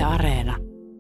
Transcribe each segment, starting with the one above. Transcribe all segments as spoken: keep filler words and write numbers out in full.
Areena.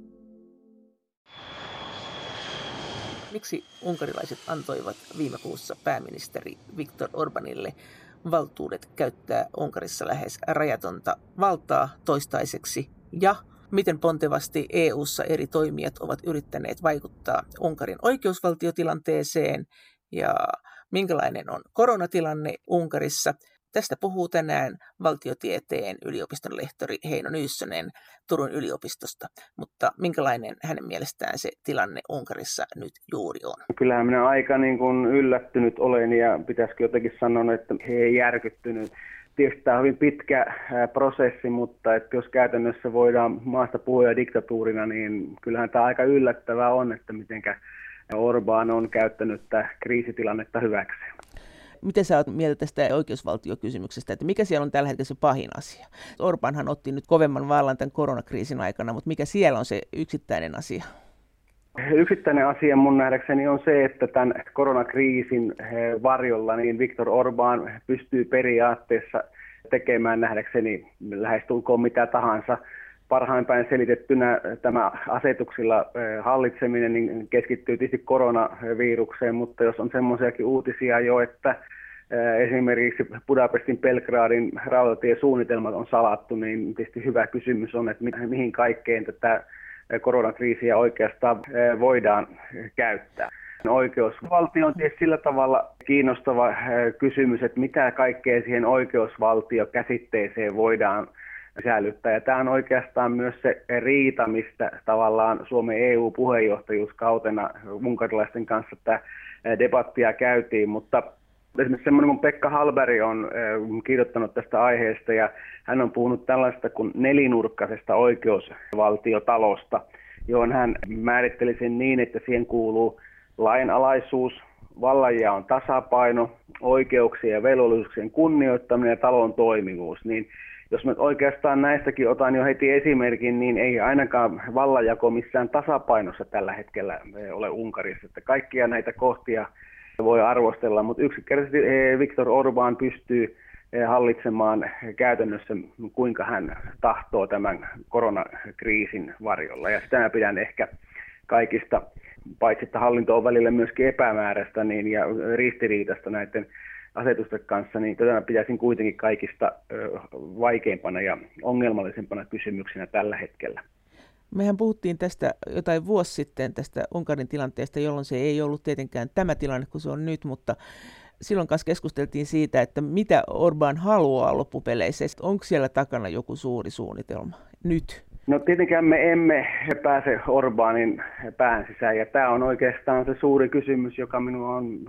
Miksi unkarilaiset antoivat viime kuussa pääministeri Viktor Orbanille valtuudet käyttää Unkarissa lähes rajatonta valtaa toistaiseksi? Ja miten pontevasti E U:ssa eri toimijat ovat yrittäneet vaikuttaa Unkarin oikeusvaltiotilanteeseen? Ja minkälainen on koronatilanne Unkarissa? Tästä puhuu tänään valtiotieteen yliopiston lehtori Heino Nyyssönen Turun yliopistosta, mutta minkälainen hänen mielestään se tilanne Unkarissa nyt juuri on? Kyllähän minä aika niin kuin yllättynyt olen ja pitäisikö jotenkin sanoa, että he ei järkyttynyt. Tietysti tämä on hyvin pitkä prosessi, mutta että jos käytännössä voidaan maasta puhua diktatuurina, niin kyllähän tämä aika yllättävää on, että mitenkä Orbán on käyttänyt tätä kriisitilannetta hyväkseen. Miten sä oot mieltä tästä oikeusvaltiokysymyksestä, että mikä siellä on tällä hetkellä se pahin asia? Orbánhan otti nyt kovemman vallan tämän koronakriisin aikana, mutta mikä siellä on se yksittäinen asia? Yksittäinen asia mun nähdäkseni on se, että tämän koronakriisin varjolla niin Viktor Orbán pystyy periaatteessa tekemään nähdäkseni lähestulkoon mitä tahansa. Parhaimpäin selitettynä tämä asetuksilla hallitseminen niin keskittyy tietysti koronavirukseen, mutta jos on semmoisiakin uutisia jo, että esimerkiksi Budapestin Belgradin rautatiesuunnitelmat on salattu, niin tietysti hyvä kysymys on, että mihin kaikkeen tätä koronakriisiä oikeastaan voidaan käyttää. Oikeusvaltio on tietysti sillä tavalla kiinnostava kysymys, että mitä kaikkea siihen oikeusvaltiokäsitteeseen voidaan sisällyttää. Ja tämä on oikeastaan myös se riita, mistä tavallaan Suomen E U-puheenjohtajuuskautena unkarilaisten kanssa tämä debattia käytiin, mutta esimerkiksi semmoinen kuin Pekka Hallberg on kirjoittanut tästä aiheesta ja hän on puhunut tällaista kuin nelinurkkaisesta oikeusvaltiotalosta, johon hän määritteli sen niin, että siihen kuuluu lainalaisuus, vallanjaon tasapaino, oikeuksien ja velvollisuuksien kunnioittaminen ja talon toimivuus. Niin jos mä oikeastaan näistäkin otan jo heti esimerkin, niin ei ainakaan vallanjako missään tasapainossa tällä hetkellä ole Unkarissa. Että kaikkia näitä kohtia voi arvostella, mutta yksinkertaisesti Viktor Orbán pystyy hallitsemaan käytännössä, kuinka hän tahtoo tämän koronakriisin varjolla. Ja sitä mä pidän ehkä kaikista, paitsi että hallinto on välillä myöskin epämääräistä niin, ja ristiriitaista näiden asetusten kanssa, niin tätä pitäisin kuitenkin kaikista vaikeimpana ja ongelmallisempana kysymyksenä tällä hetkellä. Mehän puhuttiin tästä jotain vuosi sitten tästä Unkarin tilanteesta, jolloin se ei ollut tietenkään tämä tilanne kuin se on nyt, mutta silloin kanssa keskusteltiin siitä, että mitä Orbán haluaa loppupeleissä. Onko siellä takana joku suuri suunnitelma nyt? No tietenkään me emme pääse Orbánin pään sisään ja tämä on oikeastaan se suuri kysymys, joka minua on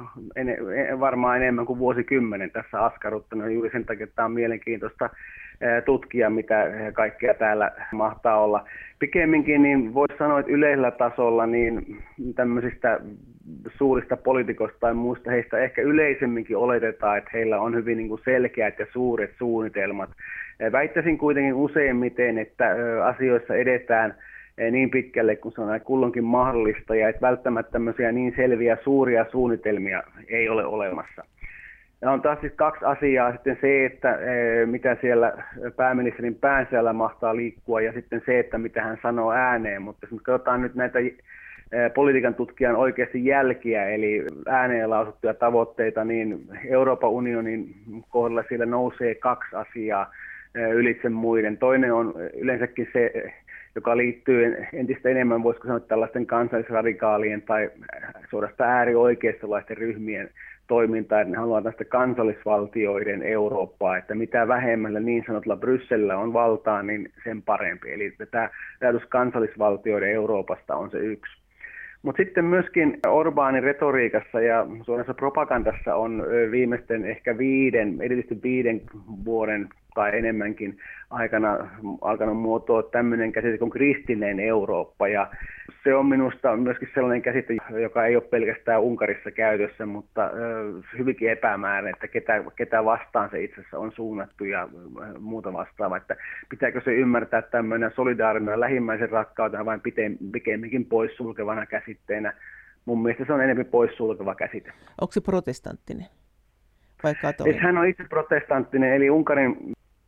en, varmaan enemmän kuin vuosikymmenen tässä askarruttanut. Juuri sen takia, että tämä on mielenkiintoista tutkia, mitä kaikkea täällä mahtaa olla. Pikemminkin niin voisi sanoa, että yleisellä tasolla niin tämmöisistä suurista poliitikoista tai muista heistä ehkä yleisemminkin oletetaan, että heillä on hyvin niin kuin selkeät ja suuret suunnitelmat. Väittäisin kuitenkin useimmiten, että asioissa edetään niin pitkälle, kun se on kulloinkin mahdollista, ja että välttämättä tämmöisiä niin selviä suuria suunnitelmia ei ole olemassa. Ja on taas siis kaksi asiaa, sitten se, että mitä siellä pääministerin pään sisällä mahtaa liikkua, ja sitten se, että mitä hän sanoo ääneen. Mutta jos katsotaan nyt näitä politiikan tutkijan oikeasti jälkiä, eli ääneen lausuttuja tavoitteita, niin Euroopan unionin kohdalla siellä nousee kaksi asiaa ylitse muiden. Toinen on yleensäkin se, joka liittyy entistä enemmän, voisiko sanoa, tällaisten kansallisradikaalien tai suorastaan äärioikeistolaisten ryhmien toimintaa, että ne haluaa tästä kansallisvaltioiden Eurooppaa, että mitä vähemmällä niin sanotulla Brysselillä on valtaa, niin sen parempi. Eli tämä ajatus kansallisvaltioiden Euroopasta on se yksi. Mutta sitten myöskin Orbánin retoriikassa ja suorassa propagandassa on viimeisten ehkä viiden, erityisesti viiden vuoden tai enemmänkin aikana alkanut muotoa tämmöinen käsite kuin kristillinen Eurooppa. Ja se on minusta myöskin sellainen käsite, joka ei ole pelkästään Unkarissa käytössä, mutta hyvinkin epämääräinen, että ketä, ketä vastaan se itse asiassa on suunnattu ja muuta vastaavaa. Että pitääkö se ymmärtää tämmöinen solidaarinen lähimmäisen rakkautena vai pikemminkin poissulkevana käsitteenä. Mun mielestä se on enemmän poissulkeva käsite. Onko se protestanttinen vai katolinen? Hän on itse protestanttinen, eli Unkarin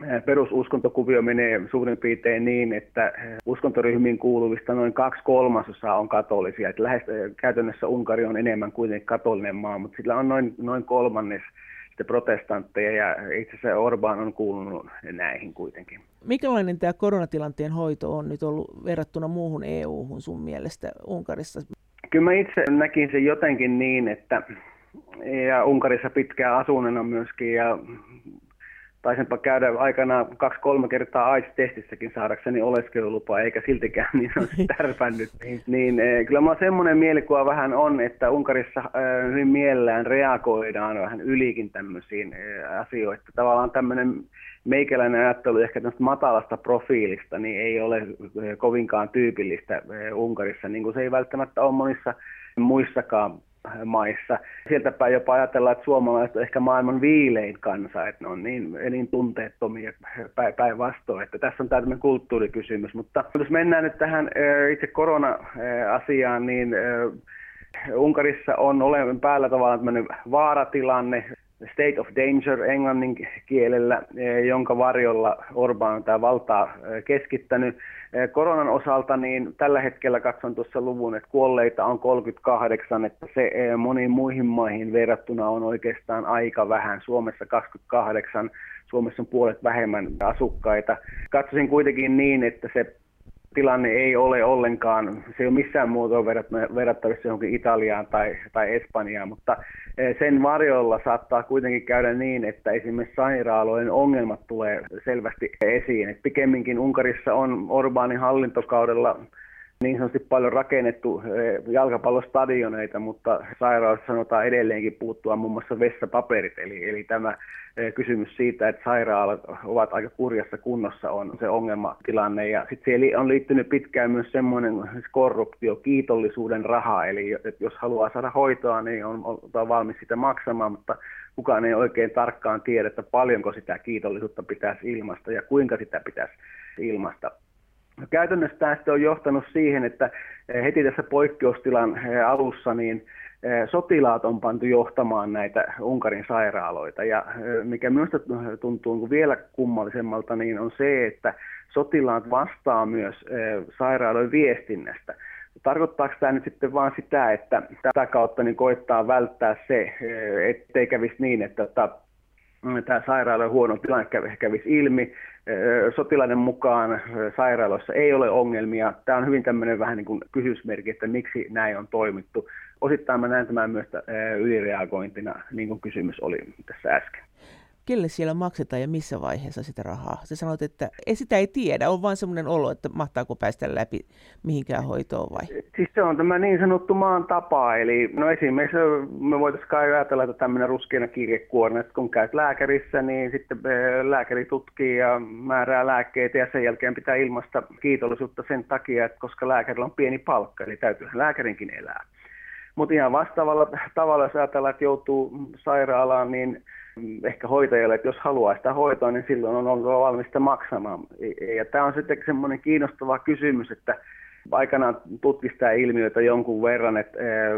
Perususkontokuvio menee suurin piirtein niin, että uskontoryhmiin kuuluvista noin kaksi kolmasosaa on katolisia. Että lähes käytännössä Unkari on enemmän kuitenkin katolinen maa, mutta sillä on noin, noin kolmannes protestantteja ja itse asiassa Orbán on kuulunut näihin kuitenkin. Minkälainen tämä koronatilanteen hoito on nyt ollut verrattuna muuhun E U-hun sun mielestä Unkarissa? Kyllä mä itse näkin sen jotenkin niin, että ja Unkarissa pitkään asuneena myöskin ja taisinpa käydä aikanaan kaksi-kolme kertaa AIDS-testissäkin saadakseni oleskelulupaa, eikä siltikään niin olisi tärpännyt. Niin, niin kyllä minulla semmoinen mielikuva vähän on, että Unkarissa hyvin mielellään reagoidaan vähän ylikin tämmöisiin asioihin. Tavallaan tämmöinen meikäläinen ajattelu ehkä tämmöistä matalasta profiilista niin ei ole kovinkaan tyypillistä Unkarissa, niin kuin se ei välttämättä ole monissa muissakaan maissa. Sieltäpä jopa ajatellaan, että suomalaiset on ehkä maailman viilein kansa, että ne on niin, niin tunteettomia päinvastoin, että tässä on tämmöinen kulttuurikysymys. Mutta jos mennään nyt tähän itse korona-asiaan, niin Unkarissa on olevan päällä tavallaan tämmöinen vaaratilanne, state of danger englannin kielellä, jonka varjolla Orbán on tämä valtaa keskittänyt. Koronan osalta niin tällä hetkellä katson tuossa luvun, että kuolleita on kolmekymmentäkahdeksan, että se moniin muihin maihin verrattuna on oikeastaan aika vähän. Suomessa kaksikymmentäkahdeksan, Suomessa on puolet vähemmän asukkaita. Katsoisin kuitenkin niin, että se tilanne ei ole ollenkaan, se ei ole missään muotoa verrattavissa johonkin Italiaan tai, tai Espanjaan, mutta sen varjolla saattaa kuitenkin käydä niin, että esimerkiksi sairaaloiden ongelmat tulee selvästi esiin. Et pikemminkin Unkarissa on Orbánin hallintokaudella niin sanotusti paljon rakennettu jalkapallostadioneita, mutta sairaalassa sanotaan edelleenkin puuttua muun muassa vessapaperit, eli, eli tämä kysymys siitä, että sairaalat ovat aika kurjassa kunnossa on se ongelmatilanne. Ja sitten siihen on liittynyt pitkään myös semmoinen korruptio, kiitollisuuden raha, eli että jos haluaa saada hoitoa, niin on, on valmis sitä maksamaan, mutta kukaan ei oikein tarkkaan tiedä, että paljonko sitä kiitollisuutta pitäisi ilmaista ja kuinka sitä pitäisi ilmaista. Käytännössä tämä on johtanut siihen, että heti tässä poikkeustilan alussa niin sotilaat on pantu johtamaan näitä Unkarin sairaaloita. Ja mikä minusta tuntuu vielä kummallisemmalta, niin on se, että sotilaat vastaa myös sairaaloiden viestinnästä. Tarkoittaako tämä nyt sitten vain sitä, että tätä kautta niin koittaa välttää se, ettei kävisi niin, että tämä sairaalan huono tilanne kävisi ilmi. Sotilaiden mukaan sairaaloissa ei ole ongelmia. Tämä on hyvin tämmöinen vähän niin kuin kysymysmerkki, että miksi näin on toimittu. Osittain mä näen tämän myös ylireagointina, niin kuin kysymys oli tässä äsken. Kelle siellä maksetaan ja missä vaiheessa sitä rahaa? Sä sanoit, että sitä ei tiedä, on vaan semmoinen olo, että mahtaako päästä läpi mihinkään hoitoon vai? Siis se on tämä niin sanottu maan tapa, eli no esimerkiksi me voitaisiin kai ajatella, että tämmöinen ruskeana kirjekuorena, että kun käyt lääkärissä, niin sitten lääkäri tutkii ja määrää lääkkeitä ja sen jälkeen pitää ilmaista kiitollisuutta sen takia, että koska lääkärillä on pieni palkka, eli täytyy lääkärinkin elää. Mutta ihan vastaavalla tavalla, jos ajatellaan, että joutuu sairaalaan, niin ehkä hoitajalle, että jos haluaa sitä hoitoa, niin silloin on oltava valmis sitä maksamaan. Ja tämä on sitten semmoinen kiinnostava kysymys, että aikanaan tutkisi tämä ilmiötä jonkun verran, että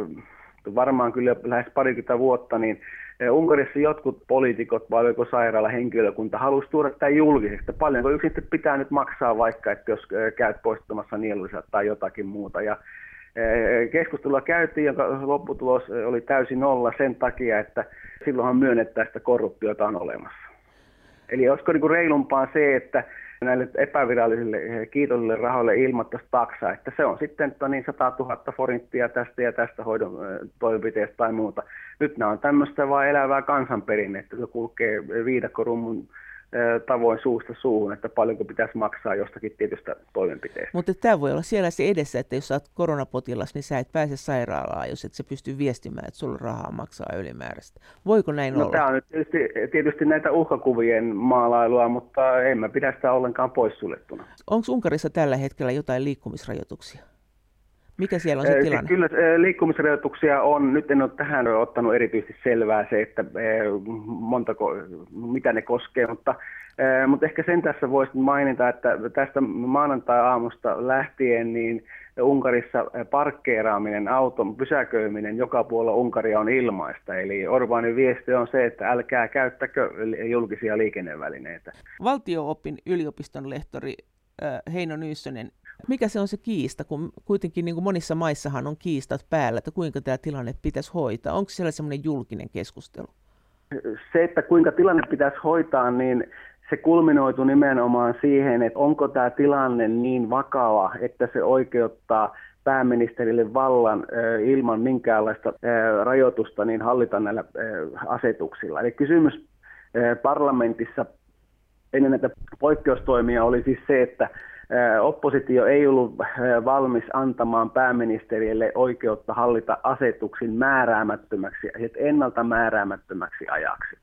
varmaan kyllä lähes parikymmentä vuotta, niin Unkarissa jotkut poliitikot vai joko sairaalahenkilökunta halusi tuoda tämä julkisesti. Paljonko yksin sitten pitää nyt maksaa vaikka, että jos käyt poistamassa nielulisat tai jotakin muuta. Ja keskustelua käytiin, jonka lopputulos oli täysin nolla sen takia, että silloinhan myönnetään, että korruptiota on olemassa. Eli olisiko niin kuin reilumpaa se, että näille epävirallisille kiitollisille rahoille ilmoittaisi taksaa, että se on sitten niin sata tuhatta forinttia tästä ja tästä hoidon toimenpiteestä tai muuta. Nyt nämä on tämmöistä vaan elävää kansanperinnettä, se kulkee viidakkorummun tavoin suusta suuhun, että paljonko pitäisi maksaa jostakin tietystä toimenpiteestä. Mutta tämä voi olla siellä se edessä, että jos olet koronapotilas, niin sä et pääse sairaalaan, jos et sä pysty viestimään, että sulla rahaa maksaa ylimääräistä. Voiko näin no, olla? Tämä on nyt tietysti, tietysti näitä uhkakuvien maalailua, mutta en mä pidä sitä ollenkaan poissuljettuna. Onko Unkarissa tällä hetkellä jotain liikkumisrajoituksia? Mikä siellä on se tilanne? Kyllä liikkumisrajoituksia on. Nyt en ole tähän ottanut erityisesti selvää se, että montako, mitä ne koskee, mutta, mutta ehkä sen tässä voisi mainita, että tästä maanantai-aamusta lähtien niin Unkarissa parkkeeraaminen, auton pysäköiminen joka puolella Unkaria on ilmaista. Eli Orbánin viesti on se, että älkää käyttäkö julkisia liikennevälineitä. Valtio-opin yliopiston lehtori Heino Nyyssönen, mikä se on se kiista, kun kuitenkin niin kuin monissa maissahan on kiistat päällä, että kuinka tämä tilanne pitäisi hoitaa? Onko siellä semmoinen julkinen keskustelu? Se, että kuinka tilanne pitäisi hoitaa, niin se kulminoitu nimenomaan siihen, että onko tämä tilanne niin vakava, että se oikeuttaa pääministerille vallan ilman minkäänlaista rajoitusta niin hallita näillä asetuksilla. Eli kysymys parlamentissa ennen näitä poikkeustoimia oli siis se, että oppositio ei ollut valmis antamaan pääministerille oikeutta hallita asetuksin määräämättömäksi, ennalta määräämättömäksi ajaksi.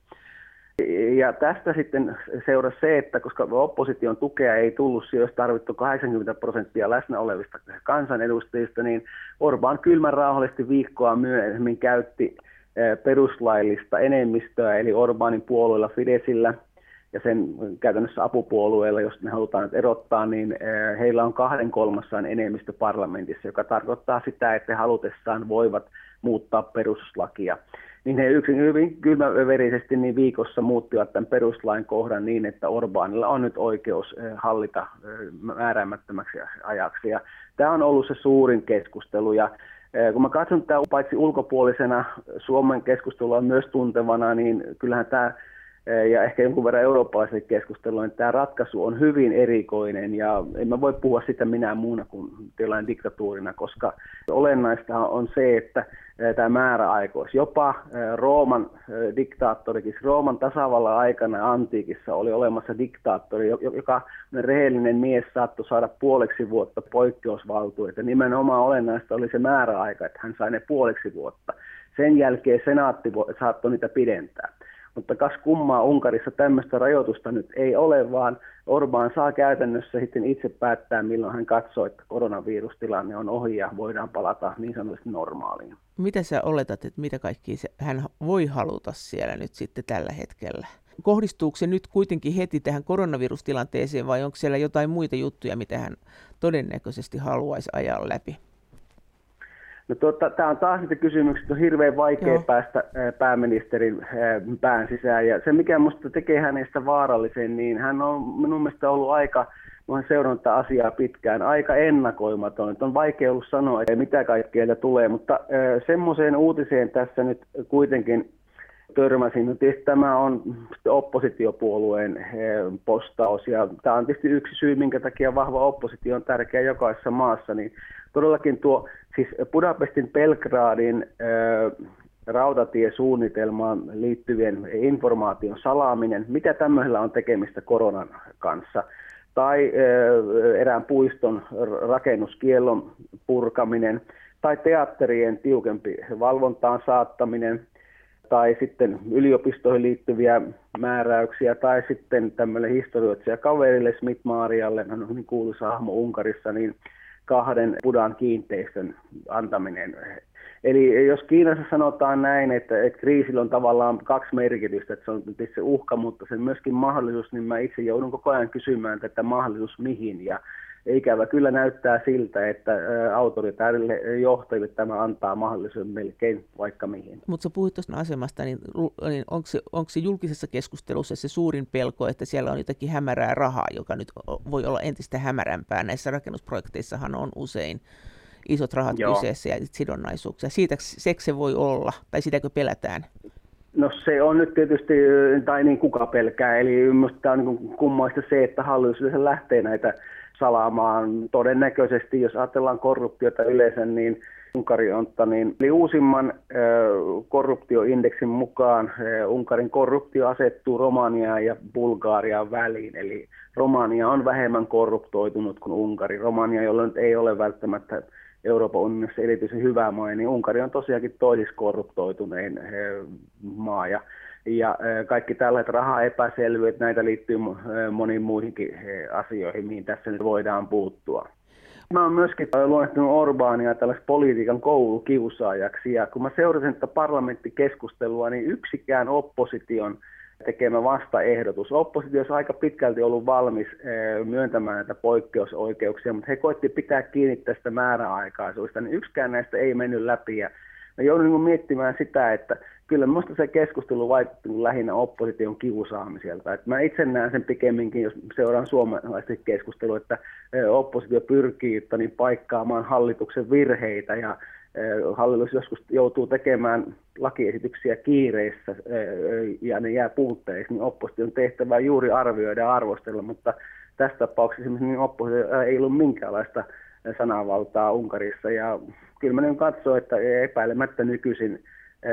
Ja tästä sitten seurasi se, että koska opposition tukea ei tullut, jos tarvittu kahdeksankymmentä prosenttia läsnä olevista kansanedustajista, niin Orbán kylmän rauhallisesti viikkoa myöhemmin käytti peruslaillista enemmistöä, eli Orbánin puolueella Fideszillä ja sen käytännössä apupuolueilla, jos ne halutaan nyt erottaa, niin heillä on kahden kolmassaan enemmistö parlamentissa, joka tarkoittaa sitä, että he halutessaan voivat muuttaa perustuslakia. Niin he yksin hyvin kylmäverisesti niin viikossa muuttivat tämän peruslain kohdan niin, että Orbánilla on nyt oikeus hallita määräämättömäksi ajaksi. Ja tämä on ollut se suurin keskustelu. Ja kun mä katson tätä paitsi ulkopuolisena Suomen keskustelua myös tuntevana, niin kyllähän tämä ja ehkä jonkun verran eurooppalaiselle keskustelua, niin tämä ratkaisu on hyvin erikoinen ja en mä voi puhua sitä minä muuna kuin tällainen diktatuurina, koska olennaista on se, että tämä määräaikois. Jopa Rooman diktaattorikin, Rooman tasavallan aikana antiikissa oli olemassa diktaattori, joka rehellinen mies saattoi saada puoleksi vuotta poikkeusvaltuudet. Ja nimenomaan olennaista oli se määräaika, että hän sai ne puoleksi vuotta. Sen jälkeen senaatti saattoi niitä pidentää. Mutta kas kummaa Unkarissa tämmöistä rajoitusta nyt ei ole, vaan Orbán saa käytännössä sitten itse päättää, milloin hän katsoo, että koronavirustilanne on ohi ja voidaan palata niin sanotusti normaaliin. Mitä sä oletat, että mitä kaikkia se, hän voi haluta siellä nyt sitten tällä hetkellä? Kohdistuuko se nyt kuitenkin heti tähän koronavirustilanteeseen vai onko siellä jotain muita juttuja, mitä hän todennäköisesti haluaisi ajaa läpi? No tuota, tämä on taas niitä kysymyksiä, että on hirveän vaikea Joo. päästä pääministerin pään sisään. Ja se, mikä minusta tekee hänestä vaarallisen, niin hän on minun mielestä ollut aika, mä olen seurannut tätä asiaa pitkään, aika ennakoimaton. Että on vaikea ollut sanoa, että mitä kaikkea tulee, mutta semmoiseen uutiseen tässä nyt kuitenkin törmäsin. No, tietysti tämä on oppositiopuolueen postaus ja tämä on tietysti yksi syy, minkä takia vahva oppositio on tärkeä jokaisessa maassa, niin todellakin tuo siis Budapestin Belgradin äh, rautatiesuunnitelmaan liittyvien informaation salaaminen, mitä tämmöisellä on tekemistä koronan kanssa, tai äh, erään puiston rakennuskiellon purkaminen, tai teatterien tiukempi valvontaan saattaminen, tai sitten yliopistoihin liittyviä määräyksiä, tai sitten tämmöille historioitsija kaverille Smith-Maarialle, hän on niin kuuluisa hahmo Unkarissa, niin kahden Budan kiinteistön antaminen. Eli jos Kiinassa sanotaan näin, että, että kriisillä on tavallaan kaksi merkitystä, että se on se uhka, mutta se myöskin mahdollisuus, niin mä itse joudun koko ajan kysymään tätä mahdollisuus mihin. Ja ikävä kyllä näyttää siltä, että autoritaarille johtajille tämä antaa mahdollisuuden melkein vaikka mihin. Mutta sä puhuit tuosta asemasta, niin, niin onko, se, onko se julkisessa keskustelussa se suurin pelko, että siellä on jotakin hämärää rahaa, joka nyt voi olla entistä hämärämpää? Näissä rakennusprojekteissahan on usein isot rahat Joo. kyseessä ja sidonnaisuuksia. Siitä seksi se voi olla, tai sitäkö pelätään? No se on nyt tietysti, tai niin kuka pelkää, eli minusta tämä on niin kummaista se, että hallitus yleensä lähtee näitä salaamaan. Todennäköisesti, jos ajatellaan korruptiota yleensä, niin Unkari on, niin, eli uusimman äh, korruptioindeksin mukaan äh, Unkarin korruptio asettuu Romaniaan ja Bulgariaan väliin, eli Romania on vähemmän korruptoitunut kuin Unkari. Romania, jolla nyt ei ole välttämättä Euroopan unionissa erityisen hyvä maa, niin Unkari on tosiaankin toisiksi korruptoitunein äh, maa. Ja Ja kaikki tällaiset rahaepäselvyydet, näitä liittyy moniin muihinkin asioihin, mihin tässä nyt voidaan puuttua. Mä oon myöskin luonnehtunut Orbania tällaisen politiikan koulukiusaajaksi, ja kun mä seurasin tätä parlamenttikeskustelua, niin yksikään opposition tekemä vastaehdotus. Oppositio on aika pitkälti ollut valmis myöntämään näitä poikkeusoikeuksia, mutta he koetti pitää kiinni tästä määräaikaisuudesta, niin yksikään näistä ei mennyt läpi. Ja mä joudun miettimään sitä, että kyllä minusta se keskustelu vaikutti lähinnä opposition kiusaamiselta. Että mä itse näen sen pikemminkin, jos seuraan suomalaista keskustelua, että oppositio pyrkii niin paikkaamaan hallituksen virheitä ja hallitus joskus joutuu tekemään lakiesityksiä kiireessä ja ne jää puutteiksi, niin opposition tehtävää juuri arvioida ja arvostella, mutta tässä tapauksessa niin oppositio ei ollut minkäänlaista sananvaltaa Unkarissa, ja kyllä mä nyt katson, että epäilemättä nykyisin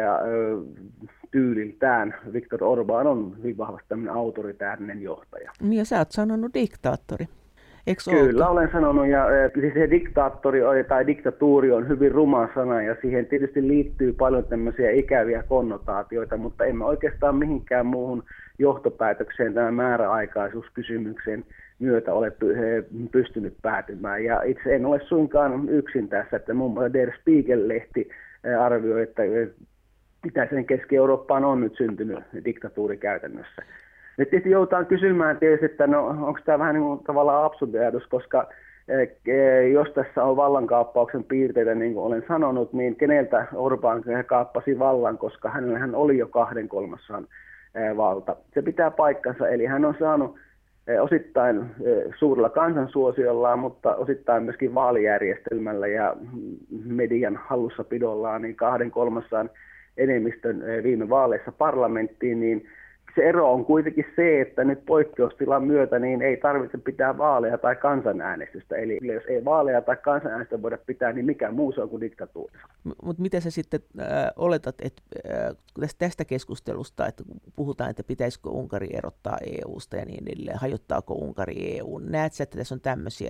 tyyliltään Viktor Orbán on hyvin vahvasti tämmöinen autoritäärinen johtaja. Niin ja sä oot sanonut diktaattori. Eikö Kyllä olen sanonut, ja siis se diktaattori tai diktatuuri on hyvin ruma sana, ja siihen tietysti liittyy paljon tämmöisiä ikäviä konnotaatioita, mutta emme oikeastaan mihinkään muuhun johtopäätökseen tämän määräaikaisuuskysymyksen myötä ole pystynyt päätymään. Ja itse en ole suinkaan yksin tässä, että muun muassa Der Spiegel-lehti arvioi, että itäisen Keski-Eurooppaan on nyt syntynyt diktatuuri käytännössä. Nyt tietysti joudutaan kysymään tietysti, että no, onko tämä vähän niin kuin tavallaan absurdi ajatus, koska eh, jos tässä on vallankaappauksen piirteitä, niin kuin olen sanonut, niin keneltä Orbán kaappasi vallan, koska hänellähän oli jo kahden kolmassaan eh, valta. Se pitää paikkansa, eli hän on saanut eh, osittain eh, suurella kansansuosiollaan, mutta osittain myöskin vaalijärjestelmällä ja median hallussapidollaan niin kahden kolmassaan enemmistön eh, viime vaaleissa parlamenttiin, niin se ero on kuitenkin se, että nyt poikkeustilan myötä niin ei tarvitse pitää vaaleja tai kansanäänestystä. Eli jos ei vaaleja tai kansanäänestystä voida pitää, niin mikä muu se on kuin diktatuuri. Mutta miten sä sitten äh, oletat, että äh, tästä keskustelusta, että puhutaan, että pitäisikö Unkari erottaa E U:sta ja niin edelleen, hajottaako Unkari E U:n? Näet sä, että tässä on tämmöisiä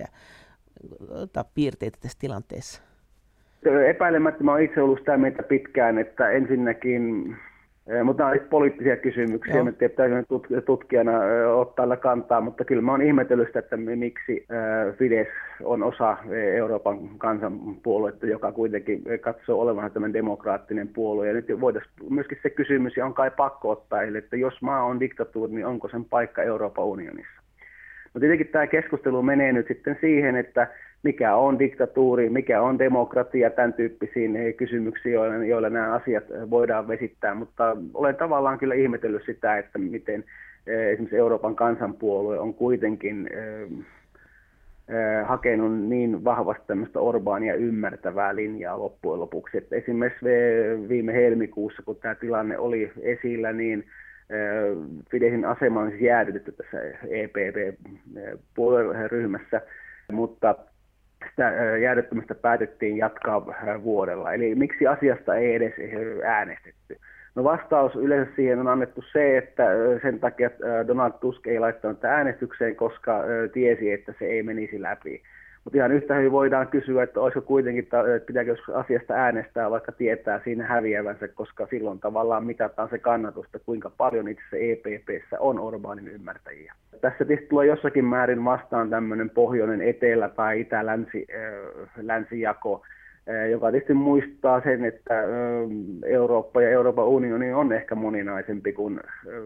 äh, piirteitä tässä tilanteessa? Epäilemättä mä olen itse ollut sitä mieltä pitkään, että ensinnäkin... Mutta nämä ovat poliittisia kysymyksiä, en tiedä, pitäisi tutkijana ottaa kantaa, mutta kyllä mä oon ihmetellyt sitä, että miksi Fidesz on osa Euroopan kansanpuoluetta, joka kuitenkin katsoo olevansa tämän demokraattinen puolue. Ja nyt voitaisiin myöskin se kysymys, ja on kai pakko ottaa, eli että jos maa on diktatuuri, niin onko sen paikka Euroopan unionissa? Mutta tietenkin tämä keskustelu menee nyt sitten siihen, että mikä on diktatuuri, mikä on demokratia, tämän tyyppisiin kysymyksiin, joilla, joilla nämä asiat voidaan vesittää. Mutta olen tavallaan kyllä ihmetellyt sitä, että miten esimerkiksi Euroopan kansanpuolue on kuitenkin äh, äh, hakenut niin vahvasti tämmöistä Orbánia ymmärtävää linjaa loppujen lopuksi. Että esimerkiksi viime helmikuussa, kun tämä tilanne oli esillä, niin Fideszin asema on siis jäädytetty tässä E P P-puolueryhmässä, mutta sitä jäädyttämistä päätettiin jatkaa vuodella. Eli miksi asiasta ei edes äänestetty? No vastaus yleensä siihen on annettu se, että sen takia Donald Tusk ei laittanut äänestykseen, koska tiesi, että se ei menisi läpi. Mutta ihan yhtä hyvin voidaan kysyä, että olisiko kuitenkin, että pitääkö asiasta äänestää, vaikka tietää siinä häviävänsä, koska silloin tavallaan mitataan se kannatusta, kuinka paljon itse E P P:ssä on Orbánin ymmärtäjiä. Tässä tietysti tulee jossakin määrin vastaan tämmöinen pohjoinen etelä- tai itä-länsijako, joka tietysti muistaa sen, että Eurooppa ja Euroopan unioni on ehkä moninaisempi kuin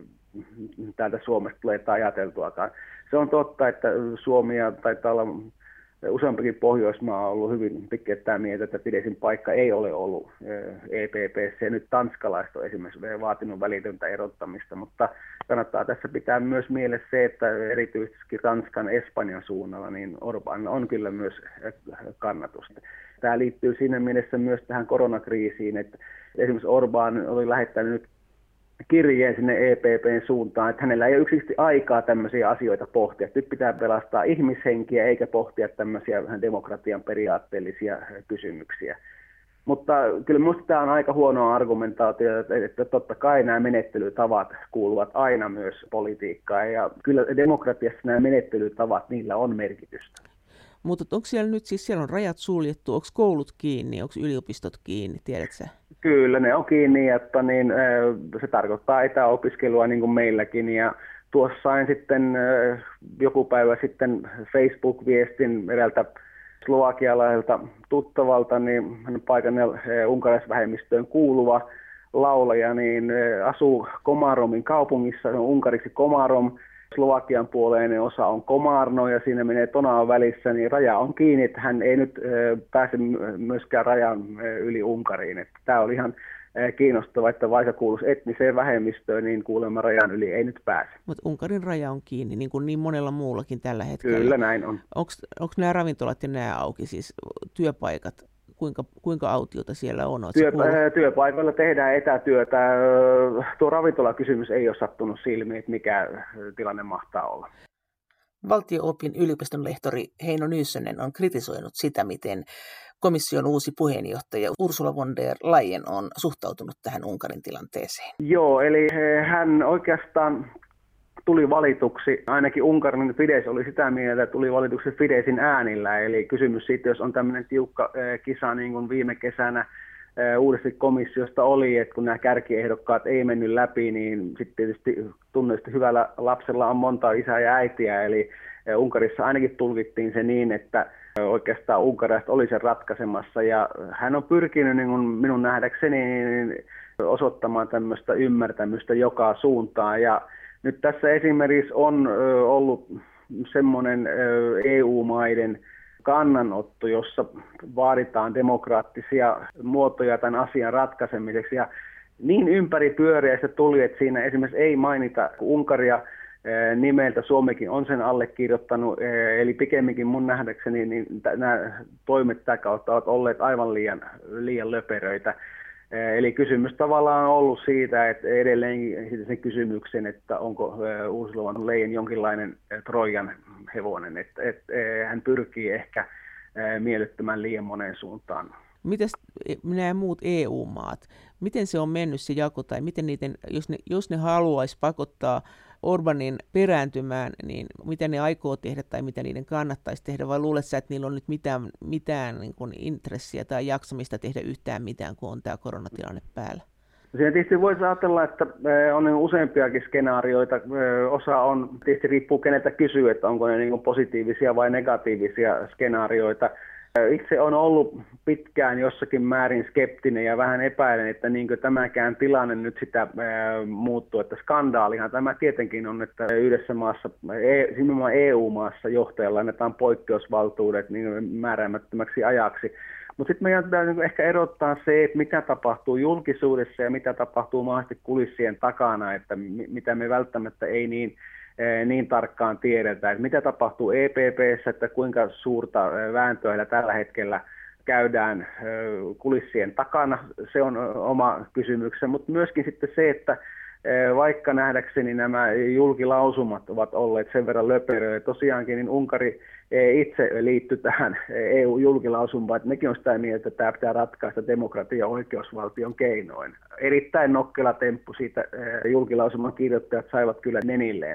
täältä Suomesta tulee ajateltuakaan. Se on totta, että Suomia taitaa olla useampikin Pohjoismaa on ollut hyvin pitkättää mieltä, että Fideszin paikka ei ole ollut E P P:ssä, ja nyt tanskalaiset on esimerkiksi vaatinut välitöntä erottamista, mutta kannattaa tässä pitää myös mielessä se, että erityisesti Ranskan Espanjan suunnalla niin Orbán on kyllä myös kannatusta. Tämä liittyy siinä mielessä myös tähän koronakriisiin, että esimerkiksi Orbán oli lähettänyt kirjeen sinne E P P:n suuntaan, että hänellä ei ole yksinkertaisesti aikaa tämmöisiä asioita pohtia. Nyt pitää pelastaa ihmishenkiä eikä pohtia tämmöisiä demokratian periaatteellisia kysymyksiä. Mutta kyllä minusta tämä on aika huonoa argumentaatio, että totta kai nämä menettelytavat kuuluvat aina myös politiikkaan. Ja kyllä demokratiassa nämä menettelytavat, niillä on merkitystä. Mutta onko siellä nyt, siis siellä on rajat suljettu, onko koulut kiinni, onko yliopistot kiinni, tiedätkö sä? Kyllä, ne on kiinni, että niin, se tarkoittaa etäopiskelua niin kuin meilläkin. Ja tuossa sain sitten joku päivä sitten Facebook-viestin eräältä slovakialaiselta tuttavalta, niin hän on paikallinen unkarilaisvähemmistöön kuuluva laulaja, niin asuu Komaromin kaupungissa, se on unkariksi Komarom, Slovakian puoleinen osa on Komarno ja siinä menee Tonaan välissä, niin raja on kiinni, että hän ei nyt pääse myöskään rajan yli Unkariin. Että tämä oli ihan kiinnostava, että vaikka kuuluisi etniseen vähemmistöön, niin kuulemma rajan yli ei nyt pääse. Mutta Unkarin raja on kiinni, niin kuin niin monella muullakin tällä hetkellä. Kyllä näin on. Onko nämä ravintolat ja nämä auki, siis työpaikat? Kuinka, kuinka autiota siellä on? Työ, työpaikoilla tehdään etätyötä. Tuo ravintolakysymys ei ole sattunut silmiin, että mikä tilanne mahtaa olla. Valtio-opin yliopiston lehtori Heino Nyyssönen on kritisoinut sitä, miten komission uusi puheenjohtaja Ursula von der Leyen on suhtautunut tähän Unkarin tilanteeseen. Joo, eli hän oikeastaan tuli valituksi, ainakin Unkarin Fidesz oli sitä mieltä, että tuli valituksi Fideszin äänillä, eli kysymys siitä, jos on tämmöinen tiukka kisa niin kuin viime kesänä uudesti komissiosta oli, että kun nämä kärkiehdokkaat ei mennyt läpi, niin sitten tietysti tunnetusti hyvällä lapsella on monta isää ja äitiä, eli Unkarissa ainakin tulkittiin se niin, että oikeastaan unkarilaiset oli sen ratkaisemassa, ja hän on pyrkinyt niin kuin minun nähdäkseni osoittamaan tämmöistä ymmärtämystä joka suuntaan, ja nyt tässä esimerkiksi on ollut semmoinen E U-maiden kannanotto, jossa vaaditaan demokraattisia muotoja tämän asian ratkaisemiseksi. Ja niin ympäripyöreästä tuli, että siinä esimerkiksi ei mainita Unkaria nimeltä, Suomikin on sen allekirjoittanut, eli pikemminkin mun nähdäkseni niin nämä toimet tätä kautta ovat olleet aivan liian, liian löperöitä. Eli kysymys tavallaan on ollut siitä, että edelleenkin sen kysymyksen, että onko Ursula von Leyen jonkinlainen Trojan hevonen, että, että hän pyrkii ehkä miellyttämään liian moneen suuntaan. Mitäs nämä muut E U-maat, miten se on mennyt se jako, tai miten niiden, jos ne, jos ne haluaisi pakottaa Orbanin perääntymään, niin mitä ne aikoo tehdä tai mitä niiden kannattaisi tehdä, vai luulet sä, että niillä on nyt mitään, mitään niin kuin intressiä tai jaksamista tehdä yhtään mitään, kun on tämä koronatilanne päällä? Siinä tietysti voisi ajatella, että on useampiakin skenaarioita. Osa on, tietysti riippuu keneltä kysyy, että onko ne niin kuin positiivisia vai negatiivisia skenaarioita. Itse on ollut pitkään jossakin määrin skeptinen ja vähän epäilen, että niinkö tämäkään tilanne nyt sitä ää, muuttuu, että skandaalihan tämä tietenkin on, että yhdessä maassa, nimenomaan E U-maassa johtajalla annetaan poikkeusvaltuudet niin määräämättömäksi ajaksi. Mutta sitten meidän pitää niin ehkä erottaa se, että mitä tapahtuu julkisuudessa ja mitä tapahtuu mahdollisesti kulissien takana, että mitä me välttämättä ei niin niin tarkkaan tiedetä, että mitä tapahtuu E P P:ssä, että kuinka suurta vääntöä tällä hetkellä käydään kulissien takana, se on oma kysymyksensä, mutta myöskin sitten se, että vaikka nähdäkseni nämä julkilausumat ovat olleet sen verran löperöjä, tosiaankin niin Unkari itse liittyi tähän E U-julkilausumaan, että nekin on sitä mieltä, että tämä pitää ratkaista demokratia- ja oikeusvaltion keinoin. Erittäin nokkela temppu siitä julkilausuman kirjoittajat saivat kyllä nenilleen.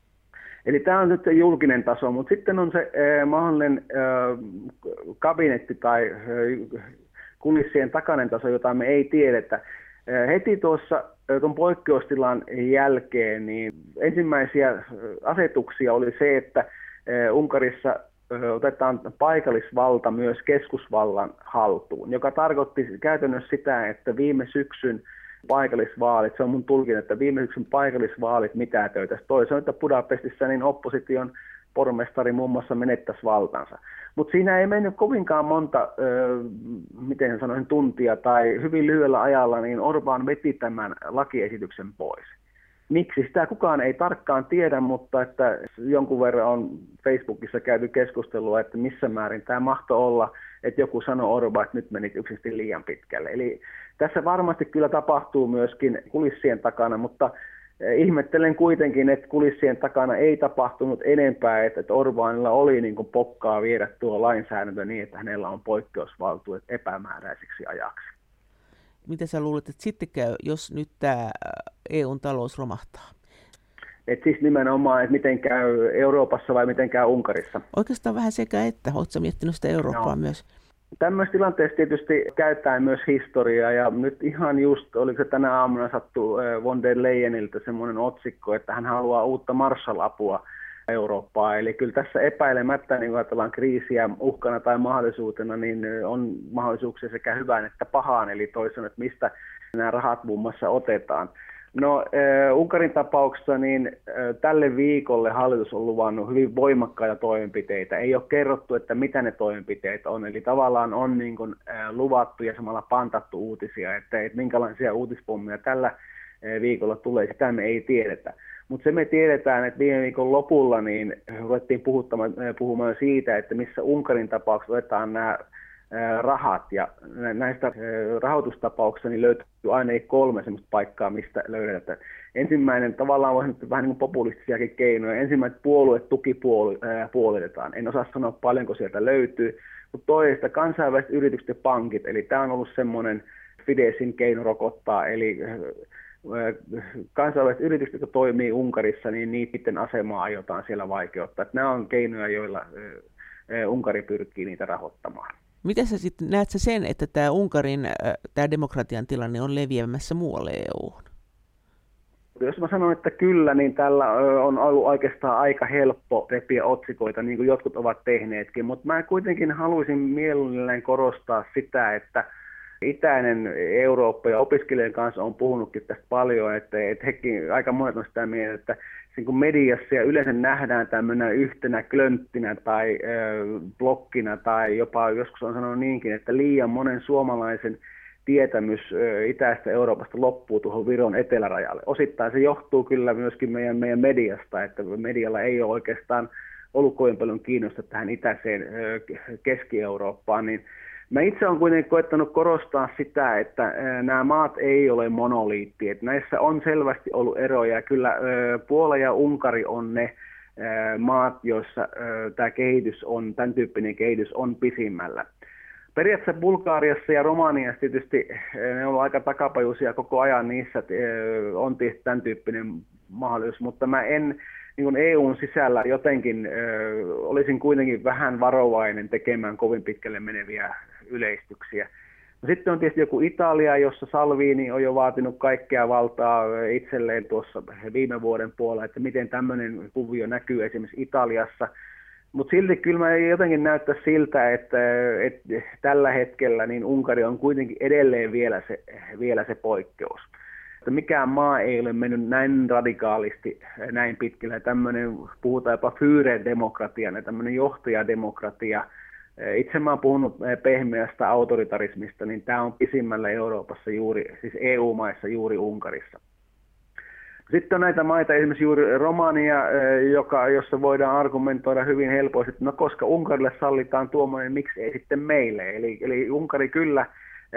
Eli tämä on nyt se julkinen taso, mutta sitten on se äh, mahdollinen äh, kabinetti tai äh, kulissien takainen taso, jota me ei tiedetä. Äh, heti tuossa äh, tuon poikkeustilan jälkeen niin ensimmäisiä asetuksia oli se, että äh, Unkarissa äh, otetaan paikallisvalta myös keskusvallan haltuun, joka tarkoitti käytännössä sitä, että viime syksyn paikallisvaalit, se on mun tulkinta, että viime syksyn paikallisvaalit mitätöitäisiin. Toisaalta että Budapestissa niin opposition pormestari muun muassa menettäisi valtansa. Mutta siinä ei mennyt kovinkaan monta, ö, miten sanoisin, tuntia tai hyvin lyhyellä ajalla, niin Orbán veti tämän lakiesityksen pois. Miksi? Sitä kukaan ei tarkkaan tiedä, mutta että jonkun verran on Facebookissa käyty keskustelua, että missä määrin tämä mahtoi olla, että joku sanoi Orbán, että nyt menit yksisesti liian pitkälle. Eli tässä varmasti kyllä tapahtuu myöskin kulissien takana, mutta ihmettelen kuitenkin, että kulissien takana ei tapahtunut enempää, että Orbánilla oli niin kuin pokkaa viedä tuo lainsäädäntö niin, että hänellä on poikkeusvaltuudet epämääräiseksi ajaksi. Mitä sä luulet, että sitten käy, jos nyt tämä E U:n talous romahtaa? Et siis nimenomaan, että miten käy Euroopassa vai miten käy Unkarissa? Oikeastaan vähän sekä että. Oletko miettinyt sitä Eurooppaa no. myös? Tämmöisessä tilanteessa tietysti käytetään myös historiaa, ja nyt ihan just, oliko se tänä aamuna sattu von der Leyeniltä semmoinen otsikko, että hän haluaa uutta Marshall-apua Eurooppaa. Eli kyllä tässä epäilemättä, niin kun ajatellaan kriisiä uhkana tai mahdollisuutena, niin on mahdollisuuksia sekä hyvään että pahaan, eli toisaalta, että mistä nämä rahat muun muassa otetaan. No äh, Unkarin tapauksessa niin äh, tälle viikolle hallitus on luvannut hyvin voimakkaita toimenpiteitä. Ei ole kerrottu, että mitä ne toimenpiteet on. Eli tavallaan on niin kuin, äh, luvattu ja samalla pantattu uutisia, että, että minkälaisia uutispommeja tällä äh, viikolla tulee, sitä me ei tiedetä. Mutta se me tiedetään, että viime viikon lopulla niin ruvettiin puhumaan siitä, että missä Unkarin tapauksessa otetaan nämä rahat, ja näistä rahoitustapauksista niin löytyy aina kolme sellaista paikkaa, mistä löydetään. Ensimmäinen tavallaan voisi nyt vähän niin kuin populistisiakin keinoja. Ensimmäinen puolueet tukipuolitetaan. En osaa sanoa paljonko sieltä löytyy, mutta toista kansainväliset yritykset ja pankit. Eli tämä on ollut semmoinen Fidesin keino rokottaa, eli kansainväliset yritykset, jotka toimii Unkarissa, niin niiden asemaa aiotaan siellä vaikeuttaa. Että nämä on keinoja, joilla Unkari pyrkii niitä rahoittamaan. Miten sä sitten näet sä sen, että tämä Unkarin tämä demokratian tilanne on leviämässä muualle E U:hun? Jos mä sanon, että kyllä, niin tällä on ollut oikeastaan aika helppo repiä otsikoita, niin kuin jotkut ovat tehneetkin, mutta mä kuitenkin haluaisin mielelläni korostaa sitä, että itäinen Eurooppa ja opiskelijoiden kanssa on puhunutkin tästä paljon, että, että hekin aika monet on sitä mieltä, että niin kuin mediassa ja yleensä nähdään tämmöinen yhtenä klönttinä tai ö, blokkina tai jopa joskus on sanonut niinkin, että liian monen suomalaisen tietämys ö, itäistä Euroopasta loppuu tuohon Viron etelärajalle. Osittain se johtuu kyllä myöskin meidän, meidän mediasta, että medialla ei ole oikeastaan ollut kovin paljon kiinnostusta tähän itäiseen ö, Keski-Eurooppaan, niin mä itse olen kuitenkin koettanut korostaa sitä, että nämä maat ei ole monoliitti. Että näissä on selvästi ollut eroja. Kyllä Puola ja Unkari on ne maat, joissa tämä kehitys on, tämän tyyppinen kehitys on pisimmällä. Periaatteessa Bulgariassa ja Romaniassa tietysti ne on ollut aika takapajuisia koko ajan, niissä on tietysti tämän tyyppinen mahdollisuus, mutta mä en niin kuin E U:n sisällä jotenkin ö, olisin kuitenkin vähän varovainen tekemään kovin pitkälle meneviä yleistyksiä. No sitten on tietysti joku Italia, jossa Salvini on jo vaatinut kaikkea valtaa itselleen tuossa viime vuoden puolella, että miten tämmöinen kuvio näkyy esimerkiksi Italiassa. Mutta silti kyllä mä jotenkin näyttää siltä, että, että tällä hetkellä niin Unkari on kuitenkin edelleen vielä se, vielä se poikkeus. Mikään maa ei ole mennyt näin radikaalisti näin pitkälle. Tämmöinen, puhutaan jopa Führer-demokratiana, tämmöinen johtajademokratia. Itse mä oon puhunut pehmeästä autoritarismista, niin tämä on pisimmällä Euroopassa juuri, siis E U-maissa juuri Unkarissa. Sitten on näitä maita, esimerkiksi juuri Romania, joka, jossa voidaan argumentoida hyvin helposti, että no koska Unkarille sallitaan tuommoinen, miksi ei sitten meille. Eli, eli Unkari kyllä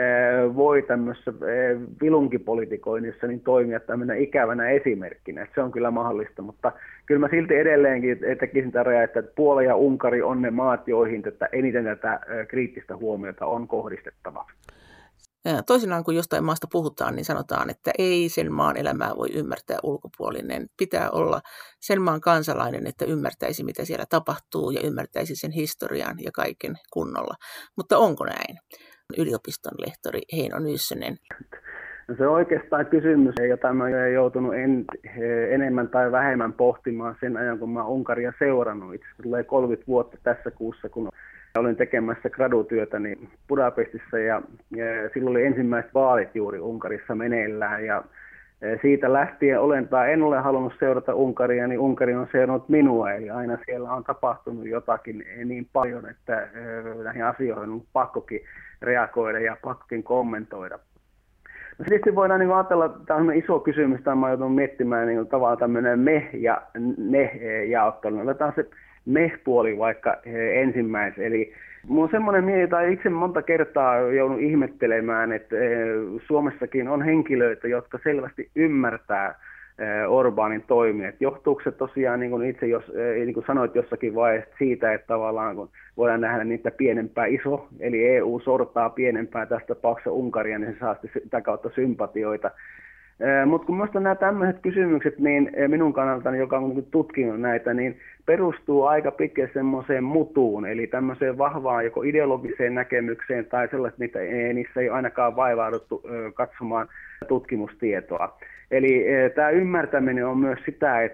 voi tämmöisessä vilunkipolitikoinnissa niin toimia tämmöinen ikävänä esimerkkinä. Että se on kyllä mahdollista, mutta kyllä mä silti edelleenkin tekisin tämän rajaa, että Puola ja Unkari on ne maat, joihin tätä, eniten tätä kriittistä huomiota on kohdistettava. Toisinaan kun jostain maasta puhutaan, niin sanotaan, että ei sen maan elämää voi ymmärtää ulkopuolinen. Pitää olla sen maan kansalainen, että ymmärtäisi, mitä siellä tapahtuu ja ymmärtäisi sen historian ja kaiken kunnolla. Mutta onko näin? Yliopiston lehtori Heino Nyyssönen. No se on oikeastaan kysymys, jota mä olen joutunut en, enemmän tai vähemmän pohtimaan sen ajan, kun mä oon Unkaria seurannut. Itse asiassa tulee kolmekymmentä vuotta tässä kuussa, kun olin tekemässä gradutyötäni Budapestissa ja, ja silloin oli ensimmäiset vaalit juuri Unkarissa meneillään ja siitä lähtien olen tai en ole halunnut seurata Unkaria, niin Unkari on seurannut minua, eli aina siellä on tapahtunut jotakin niin paljon, että näihin asioihin on pakkokin reagoida ja pakkokin kommentoida. No tietysti voidaan niin ajatella, tämä on iso kysymys, että mä joudun miettimään niin tavallaan tämmöinen me- ja ne-jaottelu. Otetaan se me-puoli vaikka ensimmäisen, eli minulla on semmoinen mieli, jota itse monta kertaa joudun ihmettelemään, että Suomessakin on henkilöitä, jotka selvästi ymmärtää Orbánin toimia. Johtuuko se tosiaan, niin kuin itse jos, niin kuin sanoit jossakin vaiheessa, siitä, että tavallaan kun voidaan nähdä niitä pienempää iso, eli E U sortaa pienempää tästä tapauksessa Unkaria, niin se saa sitä kautta sympatioita. Mutta kun minusta nämä tämmöiset kysymykset, niin minun kannaltani, joka on tutkinut näitä, niin perustuu aika pitkälle semmoiseen mutuun, eli tämmöiseen vahvaan joko ideologiseen näkemykseen tai sellaista, niitä, niissä ei ainakaan vaivauduttu katsomaan tutkimustietoa. Eli tämä ymmärtäminen on myös sitä, että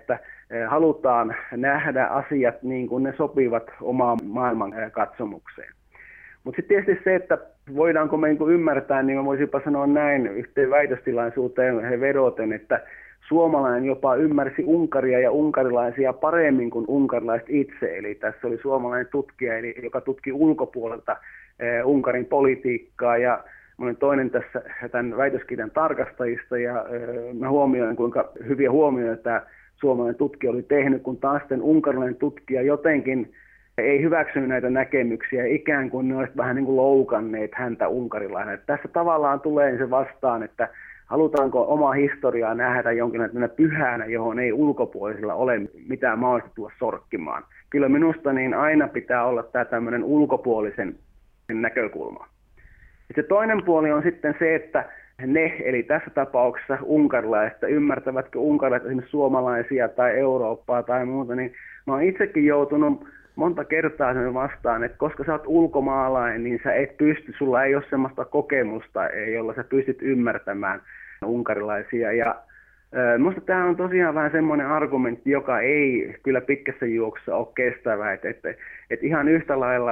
halutaan nähdä asiat niin kuin ne sopivat omaan maailman katsomukseen. Mutta sitten tietysti se, että voidaanko me niin ymmärtää, niin mä voisinpa sanoa näin yhteen väitöstilaisuuteen vedoten, että suomalainen jopa ymmärsi Unkaria ja unkarilaisia paremmin kuin unkarilaiset itse. Eli tässä oli suomalainen tutkija, eli, joka tutki ulkopuolelta eh, Unkarin politiikkaa, ja mä olen toinen tässä tämän väitöskirjan tarkastajista, ja eh, mä huomioin, kuinka hyviä huomioita tämä suomalainen tutkija oli tehnyt, kun taas sitten unkarilainen tutkija jotenkin ei hyväksynyt näitä näkemyksiä, ikään kuin ne olisivat vähän niin kuin loukanneet häntä unkarilainen. Tässä tavallaan tulee se vastaan, että halutaanko omaa historiaa nähdä jonkinlaisena pyhänä, johon ei ulkopuolisilla ole mitään mahdollista tulla sorkkimaan. Kyllä minusta niin aina pitää olla tämä tämmöinen ulkopuolisen näkökulma. Ja se toinen puoli on sitten se, että ne, eli tässä tapauksessa unkarilaiset, ymmärtävätkö unkarilaiset esimerkiksi suomalaisia tai Eurooppaa tai muuta, niin mä oon itsekin joutunut monta kertaa sen vastaan, että koska sä oot ulkomaalainen, niin sä et pysty, sulla ei ole semmoista kokemusta, jolla sä pystyt ymmärtämään unkarilaisia. Ja minusta tämä on tosiaan vähän semmoinen argumentti, joka ei kyllä pitkässä juoksussa ole kestävä, että, että, että ihan yhtä lailla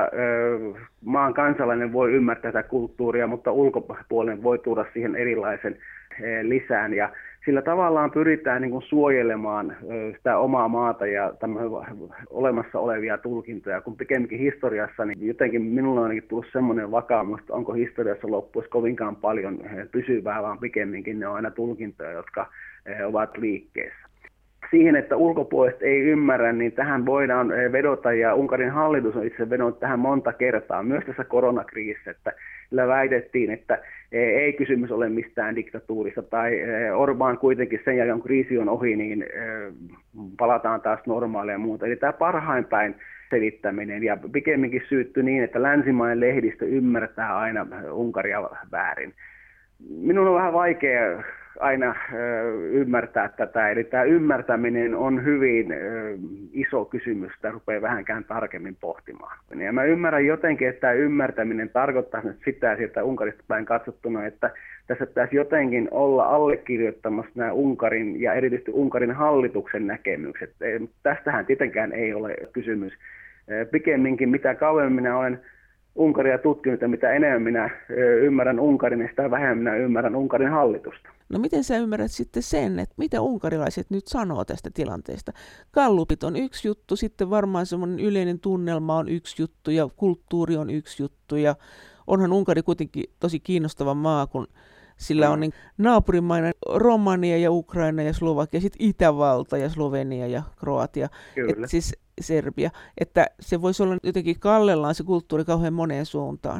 maan kansalainen voi ymmärtää tätä kulttuuria, mutta ulkopuolinen voi tuoda siihen erilaisen lisään. Ja sillä tavallaan pyritään niin kuin suojelemaan sitä omaa maata ja olemassa olevia tulkintoja, kun pikemminkin historiassa, niin jotenkin minulla on ainakin tullut semmoinen vakaumus, että onko historiassa loppuisi kovinkaan paljon pysyvää, vaan pikemminkin ne on aina tulkintoja, jotka ovat liikkeessä. Siihen, että ulkopuoliset ei ymmärrä, niin tähän voidaan vedota, ja Unkarin hallitus on itse vedonnut tähän monta kertaa, myös tässä koronakriisissä, että sillä väitettiin, että ei kysymys ole mistään diktatuurista, tai Orbán kuitenkin sen jälkeen, kun kriisi on ohi, niin palataan taas normaalia ja muuta. Eli tämä parhain päin selittäminen, ja pikemminkin syytty niin, että länsimainen lehdistö ymmärtää aina Unkaria väärin. Minun on vähän vaikea aina ymmärtää tätä, eli tämä ymmärtäminen on hyvin iso kysymys, sitä rupeaa vähänkään tarkemmin pohtimaan. Ja mä ymmärrän jotenkin, että tämä ymmärtäminen tarkoittaa sitä sieltä Unkarista päin katsottuna, että tässä pitäisi jotenkin olla allekirjoittamassa nämä Unkarin ja erityisesti Unkarin hallituksen näkemykset. Tästähän tietenkään ei ole kysymys. Pikemminkin mitä kauemmin minä olen Unkaria tutkinut ja mitä enemmän minä ymmärrän Unkarin, niin sitä vähemmän minä ymmärrän Unkarin hallitusta. No miten sä ymmärrät sitten sen, että mitä unkarilaiset nyt sanoo tästä tilanteesta? Gallupit on yksi juttu, sitten varmaan semmoinen yleinen tunnelma on yksi juttu ja kulttuuri on yksi juttu. Ja onhan Unkari kuitenkin tosi kiinnostava maa, kun sillä on niin naapurimaina Romania ja Ukraina ja Slovakia, sitten Itävalta ja Slovenia ja Kroatia, et siis Serbia. Että se voisi olla jotenkin kallellaan se kulttuuri kauhean moneen suuntaan.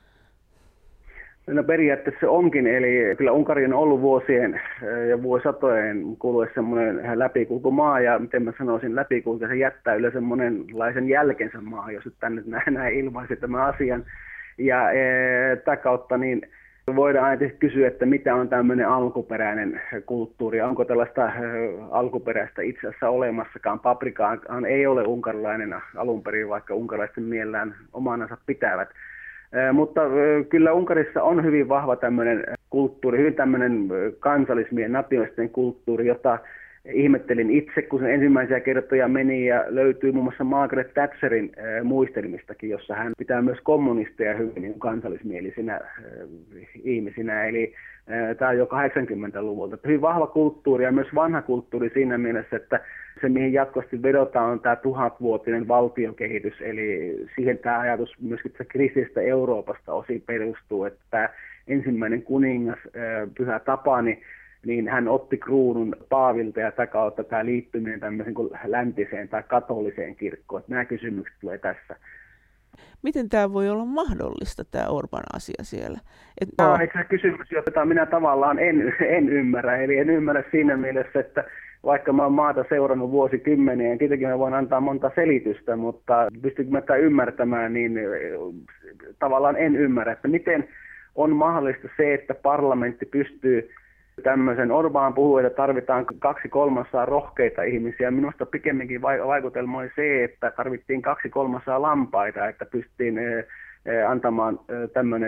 No periaatteessa se onkin, eli kyllä Unkari on ollut vuosien ja vuosisatojen kuluessa semmoinen läpikulkumaa, ja miten mä sanoisin, läpikulku, se jättää yleensä monenlaisen jälkensä maa, jos nyt tänne näin ilmaisi tämän asian. Ja e, tätä kautta niin voidaan aina kysyä, että mitä on tämmöinen alkuperäinen kulttuuri, onko tällaista alkuperäistä itse asiassa olemassakaan. Paprikaankaan ei ole unkarilainen alun perin, vaikka unkarilaisten mielellään omanansa pitävät. Mutta kyllä Unkarissa on hyvin vahva tämmöinen kulttuuri, hyvin tämmöinen kansallismien, nationalistinen kulttuuri, jota ihmettelin itse, kun sen ensimmäisiä kertoja meni, ja löytyy muun muassa Margaret Thatcherin muistelmistakin, jossa hän pitää myös kommunisteja hyvin niin kansallismielisinä ihmisinä. Eli tämä on jo kahdeksankymmentäluvulta. Hyvin vahva kulttuuri ja myös vanha kulttuuri siinä mielessä, että se mihin jatkuvasti vedotaan on tämä tuhatvuotinen valtiokehitys, eli siihen tämä ajatus myöskin kristillisestä Euroopasta osin perustuu, että tämä ensimmäinen kuningas, Pyhä Tapani, niin hän otti kruunun Paavilta, ja tätä kautta tämä liittyminen tämmöiseen kuin läntiseen tai katoliseen kirkkoon. Että nämä kysymykset tulee tässä. Miten tämä voi olla mahdollista, tämä Orbán-asia siellä? Et... Tämä on itse kysymys, jota minä tavallaan en, en ymmärrä. Eli en ymmärrä siinä mielessä, että vaikka mä olen maata seurannut vuosikymmeniä, niin tietenkin mä voin antaa monta selitystä, mutta pystynkö mä tätä ymmärtämään, niin tavallaan en ymmärrä, että miten on mahdollista se, että parlamentti pystyy tämmöisen, Orbán puhuu, että tarvitaan kaksi kolmasosaa rohkeita ihmisiä. Minusta pikemminkin vaikutelma oli se, että tarvittiin kaksi kolmasosaa lampaita, että pystyttiin antamaan tämmöinen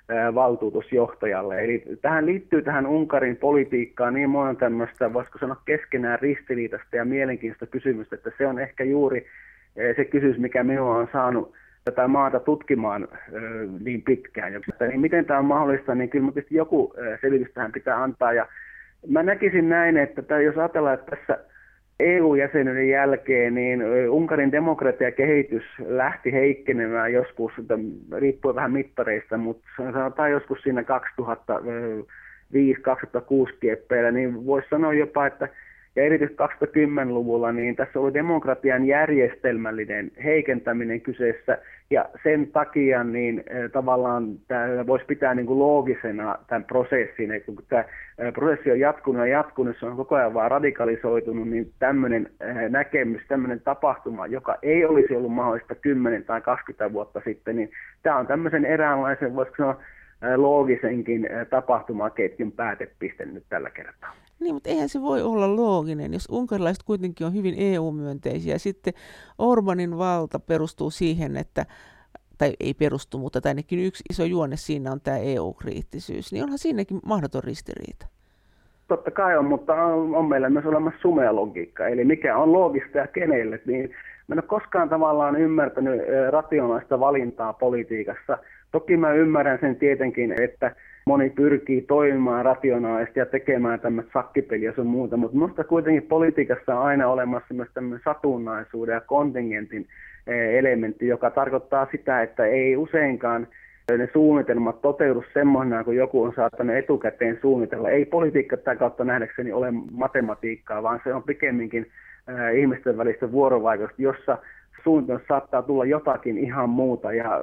valtuutusjohtajalle. Eli tähän liittyy tähän Unkarin politiikkaan niin monta tämmöistä, voisiko sanoa keskenään ristiriitasta ja mielenkiintoista kysymystä, että se on ehkä juuri se kysymys, mikä minua on saanut tätä maata tutkimaan niin pitkään. Niin miten tämä on mahdollista, niin kyllä tietysti joku selitys tähän pitää antaa. Ja mä näkisin näin, että jos ajatellaan, että tässä E U-jäsenyyden jälkeen niin Unkarin demokratiakehitys lähti heikkenemään joskus, riippuen vähän mittareista, mutta sanotaan joskus siinä kaksituhattaviisi kaksituhattakuusi kieppeillä, niin voisi sanoa jopa, että ja erityisesti kaksituhattakymmenluvulla niin tässä oli demokratian järjestelmällinen heikentäminen kyseessä, ja sen takia niin tavallaan tämä voisi pitää niin kuin loogisena tämän prosessin, että kun tämä prosessi on jatkunut ja jatkunut, se on koko ajan vaan radikalisoitunut, niin tämmöinen näkemys, tämmöinen tapahtuma, joka ei olisi ollut mahdollista kymmenen tai kaksikymmentä vuotta sitten, niin tämä on tämmöisen eräänlaisen, voisiko sanoa, loogisenkin tapahtumaketjun päätepiste nyt tällä kertaa. Niin, mutta eihän se voi olla looginen, jos unkarilaiset kuitenkin on hyvin E U-myönteisiä. Sitten Orbanin valta perustuu siihen, että, tai ei perustu, mutta ainakin yksi iso juone siinä on tämä E U-kriittisyys. Niin onhan siinäkin mahdoton ristiriita. Totta kai on, mutta on, on meillä myös olemassa sumea logiikka. Eli mikä on loogista ja kenelle. Niin mä en ole koskaan tavallaan ymmärtänyt rationaalista valintaa politiikassa. Toki mä ymmärrän sen tietenkin, että moni pyrkii toimimaan rationaalisesti ja tekemään tämmöistä sakkipeliä sun muuta, mutta minusta kuitenkin politiikassa on aina olemassa myös tämmöinen satunnaisuuden ja kontingentin elementti, joka tarkoittaa sitä, että ei useinkaan ne suunnitelmat toteudu semmoisena, kun joku on saattanut etukäteen suunnitella. Ei politiikka tätä kautta nähdäkseni ole matematiikkaa, vaan se on pikemminkin ihmisten välistä vuorovaikutusta, jossa suunnitelmassa saattaa tulla jotakin ihan muuta. Ja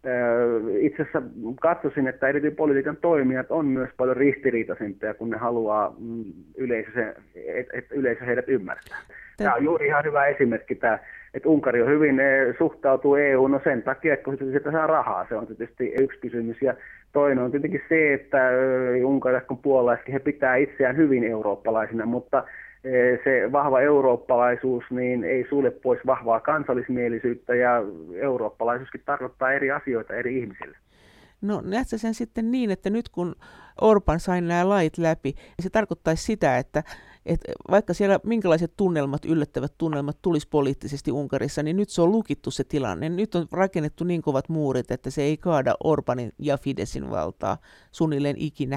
itse asiassa katsoisin, että erityisesti politiikan toimijat on myös paljon ristiriitaisempia, kun ne haluaa yleisö, että yleisö heidät ymmärtää. Tämä on juuri ihan hyvä esimerkki, tämä, että Unkari on hyvin suhtautuu E U:n no sen takia, että kun sieltä saa rahaa, se on tietysti yksi kysymys. Ja toinen on tietenkin se, että Unkari kun puolalaiskin, he pitää itseään hyvin eurooppalaisina, mutta se vahva eurooppalaisuus niin ei sulje pois vahvaa kansallismielisyyttä, ja eurooppalaisuuskin tarkoittaa eri asioita eri ihmisille. No näetkö sen sitten niin, että nyt kun Orban sai nämä lait läpi, niin se tarkoittaisi sitä, että, että vaikka siellä minkälaiset tunnelmat, yllättävät tunnelmat tulisi poliittisesti Unkarissa, niin nyt se on lukittu se tilanne. Nyt on rakennettu niin kovat muurit, että se ei kaada Orbanin ja Fidesin valtaa suunnilleen ikinä.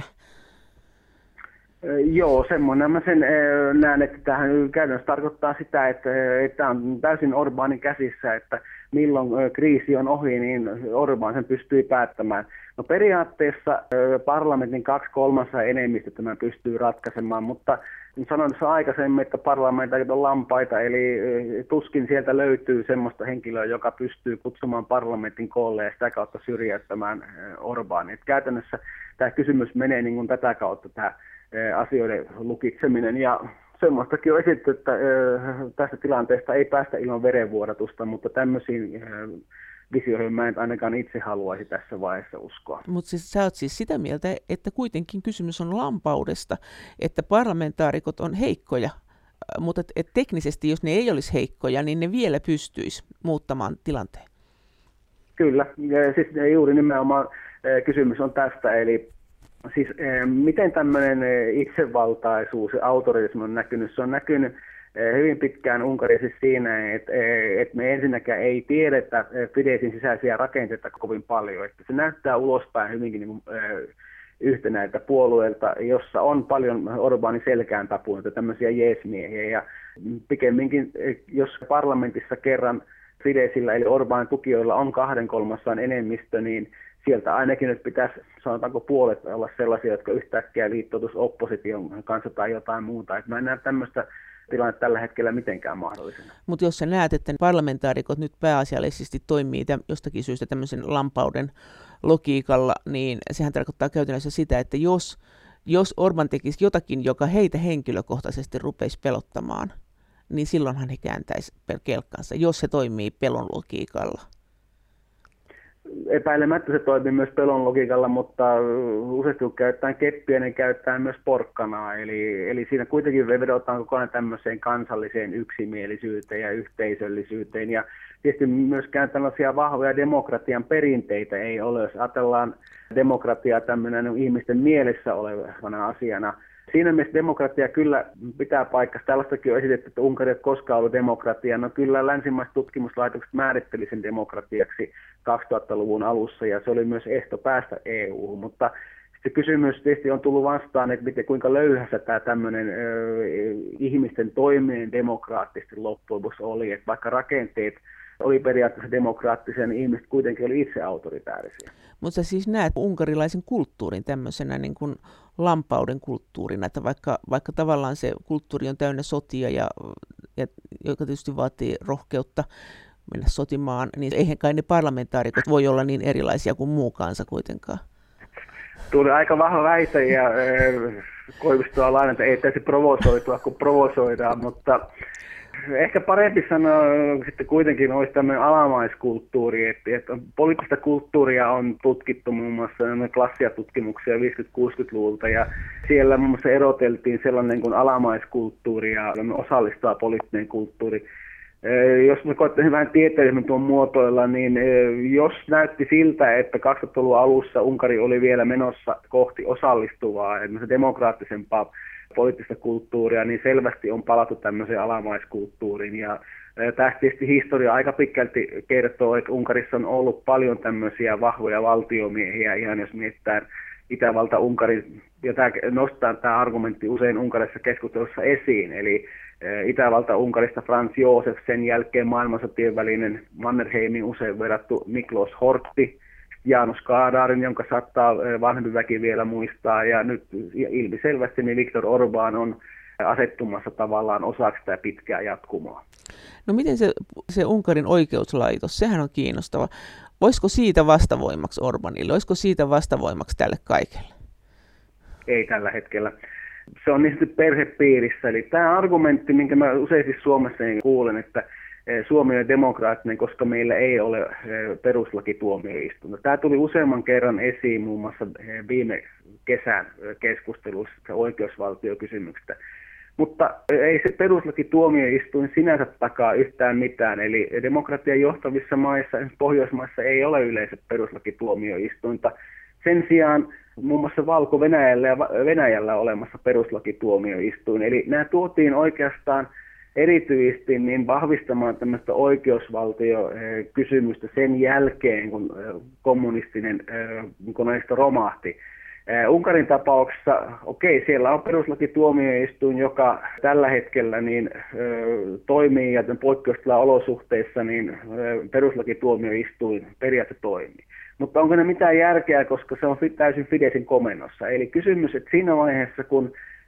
Joo, semmoinen mä sen näen, että tämähän käytännössä tarkoittaa sitä, että tämä on täysin Orbanin käsissä, että milloin kriisi on ohi, niin Orban sen pystyy päättämään. No periaatteessa parlamentin kaksi kolmasosaa enemmistö tämän pystyy ratkaisemaan, mutta sanoin tuossa aikaisemmin, että parlamentaarikot on lampaita, eli tuskin sieltä löytyy semmoista henkilöä, joka pystyy kutsumaan parlamentin koolle ja sitä kautta syrjäyttämään Orbanin. Käytännössä tämä kysymys menee niin kuin tätä kautta tämä asioiden lukitseminen, ja semmoistakin on esitetty, että tästä tilanteesta ei päästä ilman verenvuodatusta, mutta tämmöisiin visioihin mä en ainakaan itse haluaisi tässä vaiheessa uskoa. Mutta siis, sä oot siis sitä mieltä, että kuitenkin kysymys on lampaudesta, että parlamentaarikot on heikkoja, mutta et, et teknisesti jos ne ei olisi heikkoja, niin ne vielä pystyisi muuttamaan tilanteen. Kyllä, ja siis juuri nimenomaan kysymys on tästä, eli siis miten tämmöinen itsevaltaisuus ja autoritarismi on näkynyt? Se on näkynyt hyvin pitkään Unkarissa siinä, että, että me ensinnäkään ei tiedetä Fidesin sisäisiä rakenteita kovin paljon. Että se näyttää ulospäin hyvinkin niin kuin yhtenäiltä puolueilta, jossa on paljon Orbanin selkään tapuneita, tämmöisiä jeesmiehiä. Ja pikemminkin, jos parlamentissa kerran Fidesillä eli Orbanin tukijoilla on kahden kolmasosan enemmistö, niin sieltä ainakin nyt pitäisi, sanotaanko puolet olla sellaisia, jotka yhtäkkiä liittoutuisi opposition kanssa tai jotain muuta. Et mä en näe tämmöistä tilannetta tällä hetkellä mitenkään mahdollisena. Mutta jos sä näet, että parlamentaarikot nyt pääasiallisesti toimii täm, jostakin syystä tämmöisen lampauden logiikalla, niin sehän tarkoittaa käytännössä sitä, että jos, jos Orban tekisi jotakin, joka heitä henkilökohtaisesti rupeisi pelottamaan, niin silloinhan he kääntäisi kelkkansa, jos se toimii pelon logiikalla. epäilemättä se toimii myös pelon logiikalla, mutta useasti kun käytetään keppiä, niin käytetään myös porkkanaa. Eli, eli siinä kuitenkin vedotaan koko ajan tämmöiseen kansalliseen yksimielisyyteen ja yhteisöllisyyteen. Ja tietysti myöskään tällaisia vahvoja demokratian perinteitä ei ole, jos ajatellaan demokratiaa tämmöinen ihmisten mielessä olevana asiana. Siinä mielessä demokratia kyllä pitää paikkansa. Tällaistakin on esitetty, että Unkari ei koskaan ollut demokratia. No kyllä länsimaiset tutkimuslaitokset määritteli sen demokratiaksi kaksituhattaluvun alussa, ja se oli myös ehto päästä E U:hun. Mutta se kysymys tietysti on tullut vastaan, että miten, kuinka löyhässä tämä tämmöinen ö, ihmisten toimien demokraattisesti loppujen lopuksi oli. Että vaikka rakenteet oli periaatteessa demokraattisia, niin ihmiset kuitenkin oli itse autoritäärisiä. Mutta siis näet unkarilaisen kulttuurin tämmöisenä niin kuin lampauden kulttuurina, että vaikka, vaikka tavallaan se kulttuuri on täynnä sotia, ja, ja, joka tietysti vaatii rohkeutta mennä sotimaan, niin eihän kai ne parlamentaarikot voi olla niin erilaisia kuin muu kansa kuitenkaan. Tuli aika vahva väite, ja äh, Koivistoa laina, että ei täysin provosoitua, kun provosoidaan, mutta ehkä parempi sanoa sitten kuitenkin olisi tämmöinen alamaiskulttuuri, että, että poliittista kulttuuria on tutkittu muun muassa klassiatutkimuksia viisikymmentä-kuusikymmentäluvulta, ja siellä muun muassa eroteltiin sellainen kuin alamaiskulttuuri ja osallistava poliittinen kulttuuri. Jos me koettaisiin vähän tieteellisemmin tuon muotoilla, niin jos näytti siltä, että kaksituhattaluvun alussa Unkari oli vielä menossa kohti osallistuvaa, demokraattisempaa poliittista kulttuuria, niin selvästi on palattu tämmöiseen alamaiskulttuuriin. Ja tästä tietysti historia aika pitkälti kertoo, että Unkarissa on ollut paljon tämmöisiä vahvoja valtiomiehiä, ihan jos mietitään Itävalta-Unkari, ja tämä nostaa tämä argumentti usein Unkarissa keskustelussa esiin, eli Itävalta-Unkarista Franz Josef, sen jälkeen maailmansotien välinen Mannerheimin usein verrattu Miklos Horthy, János Kadarin, jonka saattaa vanhempi väki vielä muistaa, ja nyt ilmiselvästi niin Viktor Orbán on asettumassa tavallaan osaksi sitä pitkää jatkumoa. No miten se, se Unkarin oikeuslaitos, sehän on kiinnostava. Olisiko siitä vastavoimaksi Orbanille, olisiko siitä vastavoimaksi tälle kaikelle? Ei tällä hetkellä. Se on niin sitten perhepiirissä, eli tämä argumentti, minkä mä usein Suomessa kuulen, että Suomi on demokraattinen, koska meillä ei ole perustuslakituomioistuinta. Tämä tuli useamman kerran esiin muun muassa viime kesän keskustelussa oikeusvaltiokysymyksestä. Mutta ei se perustuslakituomioistuin sinänsä takaa yhtään mitään. Eli demokratian johtavissa maissa, Pohjoismaissa ei ole yleensä perustuslakituomioistuinta. Sen sijaan muun muassa Valko-Venäjällä ja Venäjällä on olemassa perustuslakituomioistuin. Eli nämä tuotiin oikeastaan erityisesti niin vahvistamaan tämmöistä oikeusvaltiokysymystä sen jälkeen, kun kommunistinen koneisto romahti. Unkarin tapauksessa, okei, siellä on perustuslakituomioistuin, joka tällä hetkellä niin, toimii, ja poikkeustilan olosuhteissa niin perustuslakituomioistuin periaate toimii. Mutta onko ne mitään järkeä, koska se on täysin Fidesin komennossa? Eli kysymys, että siinä vaiheessa, kun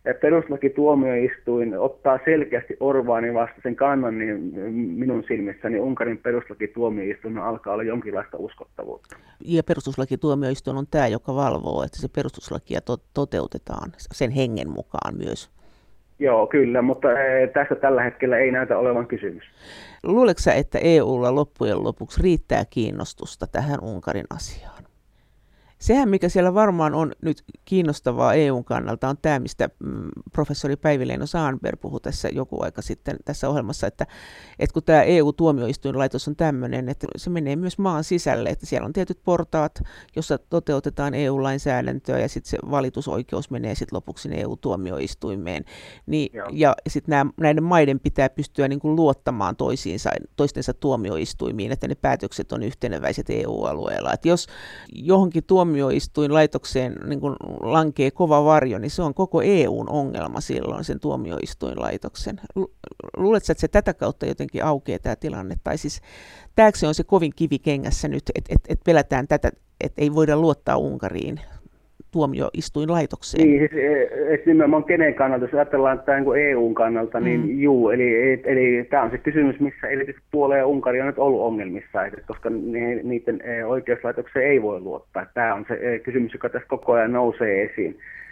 perustuslakituomioistuin ottaa selkeästi Orbánin vastaisen kannan, niin minun silmissäni Unkarin perustuslakituomioistuin alkaa olla jonkinlaista uskottavuutta. Ja perustuslakituomioistuin on tämä, joka valvoo, että se perustuslakia to- toteutetaan sen hengen mukaan myös. Joo, kyllä, mutta tässä tällä hetkellä ei näytä olevan kysymys. Luuletko sä, että E U:lla loppujen lopuksi riittää kiinnostusta tähän Unkarin asiaan? Sehän, mikä siellä varmaan on nyt kiinnostavaa E U:n kannalta, on tämä, mistä mm, professori Päivi-Leino Sandberg puhui tässä joku aika sitten tässä ohjelmassa, että, että kun tämä E U-tuomioistuinlaitos on tämmöinen, että se menee myös maan sisälle, että siellä on tietyt portaat, jossa toteutetaan E U-lainsäädäntöä, ja sitten se valitusoikeus menee sitten lopuksi sinne E U-tuomioistuimeen. Niin, ja sitten näiden maiden pitää pystyä niin kuin luottamaan toisiinsa, toistensa tuomioistuimiin, että ne päätökset on yhteneväiset E U-alueella. Että jos johonkin tuomioistuinlaitokseen niin kun lankee kova varjo, niin se on koko E U:n ongelma silloin, sen tuomioistuinlaitoksen. Luuletko, että se tätä kautta jotenkin aukeaa tämä tilanne? Tai siis tämäkö se on se kovin kivi kengässä nyt, että et, et pelätään tätä, että ei voida luottaa Unkariin tuomioistuinlaitokseen? Niin, siis et nimenomaan kenen kannalta, jos ajatellaan tämän E U:n kannalta, niin mm. juu, eli, eli tämä on se kysymys, missä erityisesti Puola ja Unkari on nyt ollut ongelmissa, koska niiden oikeuslaitokseen ei voi luottaa. Tämä on se kysymys, joka tässä koko ajan nousee esiin.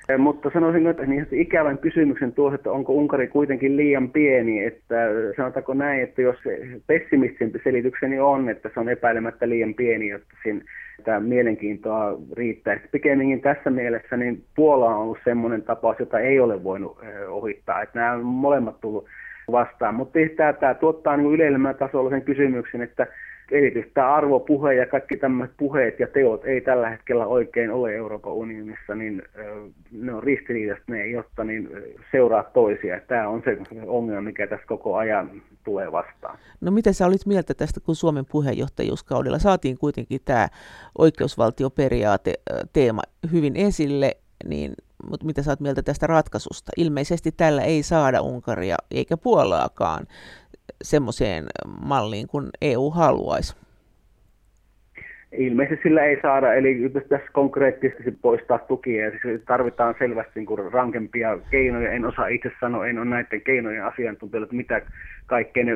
Mutta sanoisin, että niin ikävän kysymyksen tuossa, että onko Unkari kuitenkin liian pieni, että sanotaanko näin, että jos pessimistisempi selitykseni on, että se on epäilemättä liian pieni, jotta siinä tämä mielenkiintoa riittää. Pikemminkin tässä mielessä niin Puola on ollut semmoinen tapaus, jota ei ole voinut ohittaa, että nämä on molemmat tullut vastaan, mutta tämä, tämä tuottaa niin yleisemmällä tasolla sen kysymyksen, että erityisesti tämä arvopuhe ja kaikki tämmöiset puheet ja teot ei tällä hetkellä oikein ole Euroopan unionissa, niin ne on ristiriidasta, ne ei otta niin seuraa toisia. Tämä on se ongelma, mikä tässä koko ajan tulee vastaan. No mitä sä olit mieltä tästä, kun Suomen puheenjohtajuuskaudella saatiin kuitenkin tämä oikeusvaltioperiaate-teema hyvin esille, niin mutta mitä sä oot mieltä tästä ratkaisusta? Ilmeisesti tällä ei saada Unkaria eikä Puolaakaan semmoiseen malliin kuin E U haluaisi. Ilmeisesti sillä ei saada, eli tässä konkreettisesti poistaa tukia, ja siis tarvitaan selvästi niin kuin rankempia keinoja. En osaa itse sanoa, en ole näiden keinojen asiantuntijoita, mitä kaikkea ne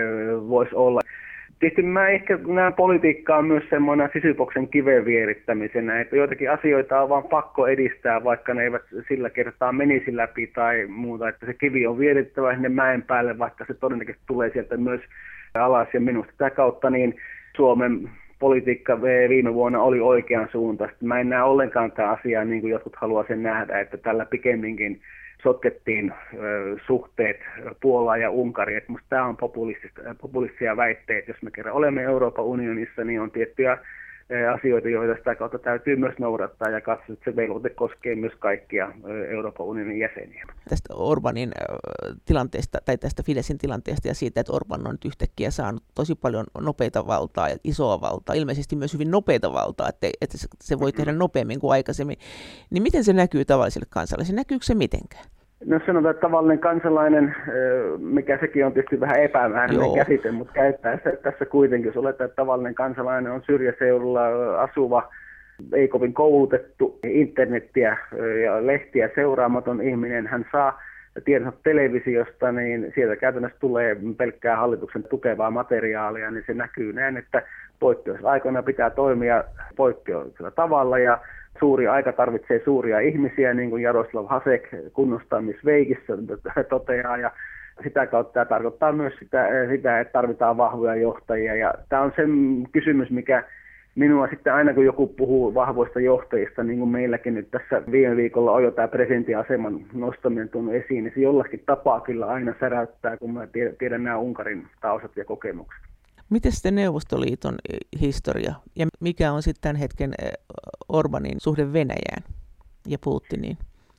voisi olla. Tietysti mä ehkä näen politiikkaa myös semmoinen sisupoksen kiven vierittämisenä, että joitakin asioita on vaan pakko edistää, vaikka ne eivät sillä kertaa menisi läpi tai muuta, että se kivi on vierittävä sinne mäen päälle, vaikka se todennäköisesti tulee sieltä myös alas, ja minusta tätä kautta niin Suomen politiikka viime vuonna oli oikean suuntaista. Mä en näe ollenkaan tämä asia niin kuin jotkut haluaa sen nähdä, että tällä pikemminkin sotkettiin ö, suhteet Puolaan ja Unkariin. Minusta tämä on populistisia väitteitä. Jos me kerran olemme Euroopan unionissa, niin on tiettyjä ö, asioita, joita sitä kautta täytyy myös noudattaa ja katsoa, että se velvoite koskee myös kaikkia ö, Euroopan unionin jäseniä. Tästä Orbanin ö, tilanteesta tai tästä Fidesin tilanteesta ja siitä, että Orban on nyt yhtäkkiä saanut tosi paljon nopeita valtaa ja isoa valtaa, ilmeisesti myös hyvin nopeita valtaa, että, että se voi tehdä nopeammin kuin aikaisemmin. Niin miten se näkyy tavallisille kansalaisille? Näkyykö se mitenkään? No sanotaan, että tavallinen kansalainen, mikä sekin on tietysti vähän epämääräinen käsite, mutta käyttää se tässä kuitenkin, jos oletaan, että tavallinen kansalainen on syrjäseudulla asuva, ei kovin koulutettu, internettiä ja lehtiä seuraamaton ihminen, hän saa tiedot televisiosta, niin sieltä käytännössä tulee pelkkää hallituksen tukevaa materiaalia, niin se näkyy näin, että poikkeusaikoina pitää toimia poikkeuksellisella tavalla ja suuri aika tarvitsee suuria ihmisiä, niin kuin Jaroslav Hasek kunnostamisveikissä toteaa, ja sitä kautta tämä tarkoittaa myös sitä, sitä, että tarvitaan vahvoja johtajia. Ja tämä on se kysymys, mikä minua sitten aina, kun joku puhuu vahvoista johtajista, niin kuin meilläkin nyt tässä viime viikolla on jo tämä presidentin aseman nostaminen tullut esiin, niin se jollakin tapaa kyllä aina säräyttää, kun mä tiedän nämä Unkarin taustat ja kokemukset. Miten sitten Neuvostoliiton historia ja mikä on sitten tämän hetken Orbanin suhde Venäjään ja Putiniin?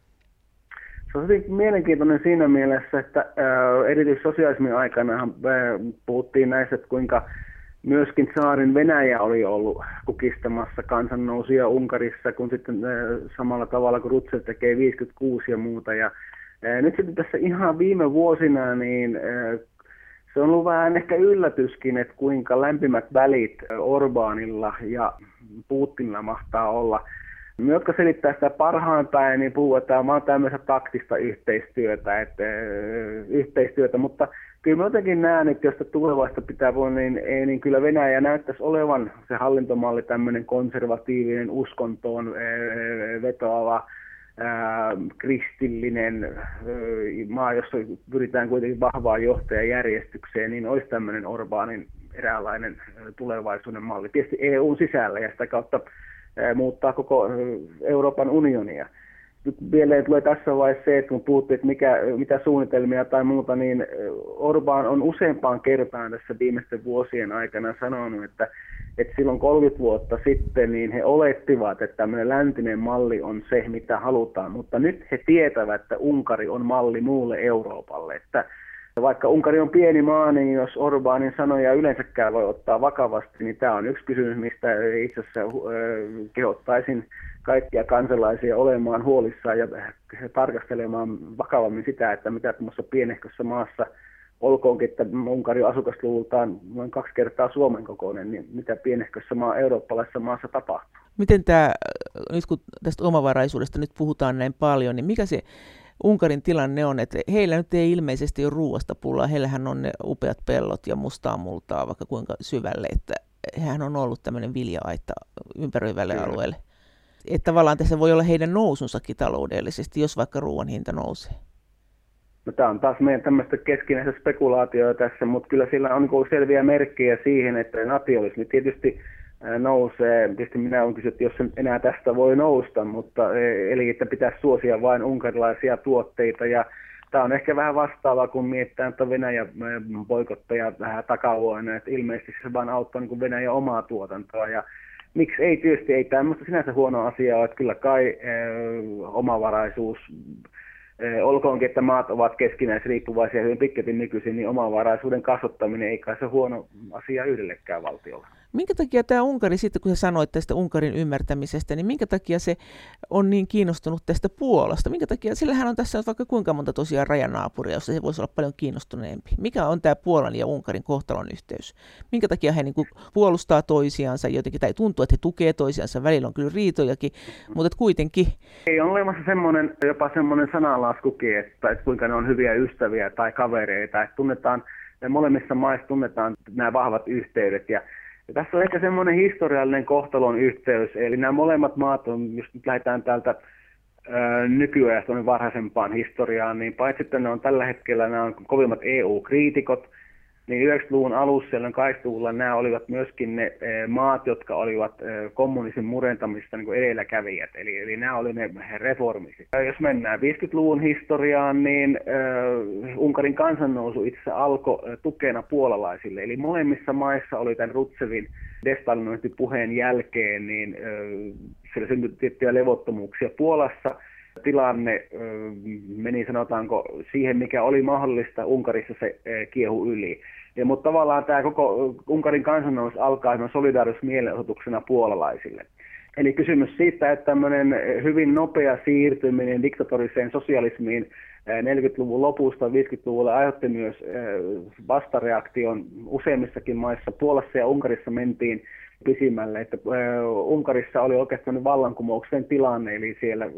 Se on hyvin mielenkiintoinen siinä mielessä, että äh, erityisesti sosialismin aikana äh, puhuttiin näistä, että kuinka myöskin saarin Venäjä oli ollut kukistamassa kansannousuja Unkarissa, kun sitten äh, samalla tavalla kuin Rutser tekee viisikymmentäkuusi ja muuta. Ja, äh, nyt sitten tässä ihan viime vuosina niin äh, se on ollut vähän ehkä yllätyskin, että kuinka lämpimät välit Orbanilla ja Putinilla mahtaa olla. Me, jotka selittää sitä parhaan päin, niin puhutaan vaan tämmöistä taktista yhteistyötä, että, yhteistyötä, mutta kyllä mä jotenkin näen, että jos tulevaista pitää voi, niin, ei, niin kyllä Venäjä näyttäisi olevan se hallintomalli tämmöinen konservatiivinen, uskontoon vetoava, Ää, kristillinen ää, maa, jossa pyritään kuitenkin vahvaan johtajajärjestykseen, niin olisi tämmöinen Orbanin eräänlainen ää, tulevaisuuden malli. Tietysti E U:n sisällä ja sitä kautta ää, muuttaa koko ää, Euroopan unionia. Nyt vielä tulee tässä vaiheessa se, että kun puhuttiin, että mikä, mitä suunnitelmia tai muuta, niin Orban on useampaan kertaan tässä viimeisten vuosien aikana sanonut, että että silloin kolmekymmentä vuotta sitten niin he olettivat, että tämmöinen läntinen malli on se, mitä halutaan, mutta nyt he tietävät, että Unkari on malli muulle Euroopalle. Että vaikka Unkari on pieni maa, niin jos Orbanin sanoja yleensäkään voi ottaa vakavasti, niin tämä on yksi kysymys, mistä itse asiassa kehottaisin kaikkia kansalaisia olemaan huolissaan ja tarkastelemaan vakavammin sitä, että mitä tuossa pienehkössä maassa, olkoonkin, että Unkari on asukasluvultaan noin kaksi kertaa Suomen kokoinen, niin mitä pienehkössä maa, eurooppalaisessa maassa tapahtuu. Miten tämä, nyt kun tästä omavaraisuudesta nyt puhutaan näin paljon, niin mikä se Unkarin tilanne on, että heillä nyt ei ilmeisesti ole ruuasta pulaa, heillähän on ne upeat pellot ja mustaa multaa vaikka kuinka syvälle, että hehän on ollut tämmöinen vilja-aitta ympäröivälle Kyllä. alueelle. Että tavallaan tässä voi olla heidän nousunsakin taloudellisesti, jos vaikka ruoan hinta nousee. No, tämä on taas meidän tämmöistä keskinäistä spekulaatioa tässä, mutta kyllä sillä on niin selviä merkkejä siihen, että nationalismi tietysti nousee. Tietysti minä olen kysynyt, jos se enää tästä voi nousta, mutta eli että pitäisi suosia vain unkarilaisia tuotteita. Ja tämä on ehkä vähän vastaavaa, kun mietitään, että Venäjä boikotteja vähän takavuonna, että ilmeisesti se vain auttaa niin kuin Venäjän omaa tuotantoa. Ja miksi ei tietysti, ei tämmöistä sinänsä huono asia ole, että kyllä kai eh, omavaraisuus, eh, olkoonkin, että maat ovat keskinäisriippuvaisia hyvin pitkälti nykyisin, niin omavaraisuuden kasvattaminen ei kai se huono asia yhdellekään valtiolle. Minkä takia tämä Unkari, sitten kun sä sanoit tästä Unkarin ymmärtämisestä, niin minkä takia se on niin kiinnostunut tästä Puolasta? Minkä takia, sillähän on tässä vaikka kuinka monta tosiaan rajanaapuria, josta se voisi olla paljon kiinnostuneempi. Mikä on tämä Puolan ja Unkarin kohtalon yhteys? Minkä takia he niin kuin puolustaa toisiansa jotenkin, tai tuntuu, että he tukee toisiansa, välillä on kyllä riitojakin, mutta kuitenkin. Ei ole olemassa semmoinen, jopa semmoinen sananlaskukin, että, että kuinka ne on hyviä ystäviä tai kavereita, että tunnetaan, molemmissa maissa tunnetaan nämä vahvat yhteydet. Ja Ja tässä on ehkä semmoinen historiallinen kohtalon yhteys, eli nämä molemmat maat, on, jos nyt lähdetään täältä ää, nykyajasta varhaisempaan historiaan, niin paitsi että ne on tällä hetkellä nämä on kovimmat E U-kriitikot, niin yhdeksänkymmentäluvun alussa ja kahdeksankymmentäluvulla nämä olivat myöskin ne ää, maat, jotka olivat ää, kommunismin murentamista niin kuin edelläkävijät, eli, eli nämä olivat ne reformistit. Ja jos mennään viidenkymmenenluvun historiaan, niin ää, Unkarin kansannousu itse asiassa alkoi ää, tukena puolalaisille, eli molemmissa maissa oli tämän Rutsevin destalinointipuheen jälkeen, niin ää, siellä syntyi tiettyjä levottomuuksia Puolassa. Tilanne ö, meni sanotaanko siihen, mikä oli mahdollista, Unkarissa se ö, kiehu yli. Ja, mutta tavallaan tämä koko Unkarin kansannousu alkaa solidaarisuusmielenosoituksena puolalaisille. Eli kysymys siitä, että tämmöinen hyvin nopea siirtyminen diktatoriseen sosialismiin neljänkymmentäluvun lopusta viisikymmentäluvulle aiheutti myös vastareaktion useimmissakin maissa. Puolassa ja Unkarissa mentiin pisimmälle, että Unkarissa oli oikeastaan vallankumouksen tilanne, eli siellä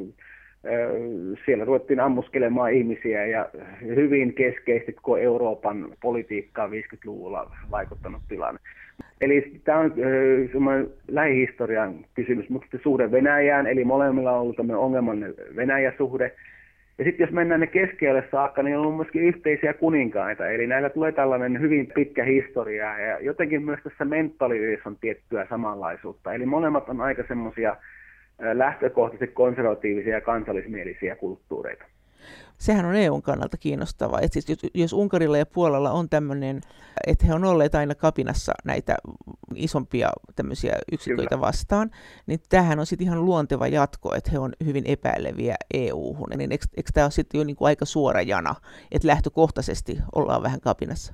Siellä ruvettiin ammuskelemaan ihmisiä ja hyvin keskeisesti koko Euroopan politiikkaa viisikymmentäluvulla vaikuttanut tilanne. Eli tämä on semmoinen lähihistorian kysymys, mutta sitten suhde Venäjään, eli molemmilla on ollut tämmöinen ongelmallinen Venäjä-suhde. Ja sitten jos mennään ne keskiölle saakka, niin on ollut myöskin yhteisiä kuninkaita, eli näillä tulee tällainen hyvin pitkä historia ja jotenkin myös tässä mentaalisuudessa on tiettyä samanlaisuutta. Eli molemmat on aika semmoisia lähtökohtaisesti konservatiivisia ja kansallismielisiä kulttuureita. Sehän on E U:n kannalta kiinnostavaa. Että siis jos, jos Unkarilla ja Puolalla on tämmöinen, että he on olleet aina kapinassa näitä isompia tämmöisiä yksiköitä Kyllä. vastaan, niin tämähän on sitten ihan luonteva jatko, että he on hyvin epäileviä E U:hun. Niin eikö, eikö tämä ole sitten jo niin kuin aika suora jana, että lähtökohtaisesti ollaan vähän kapinassa?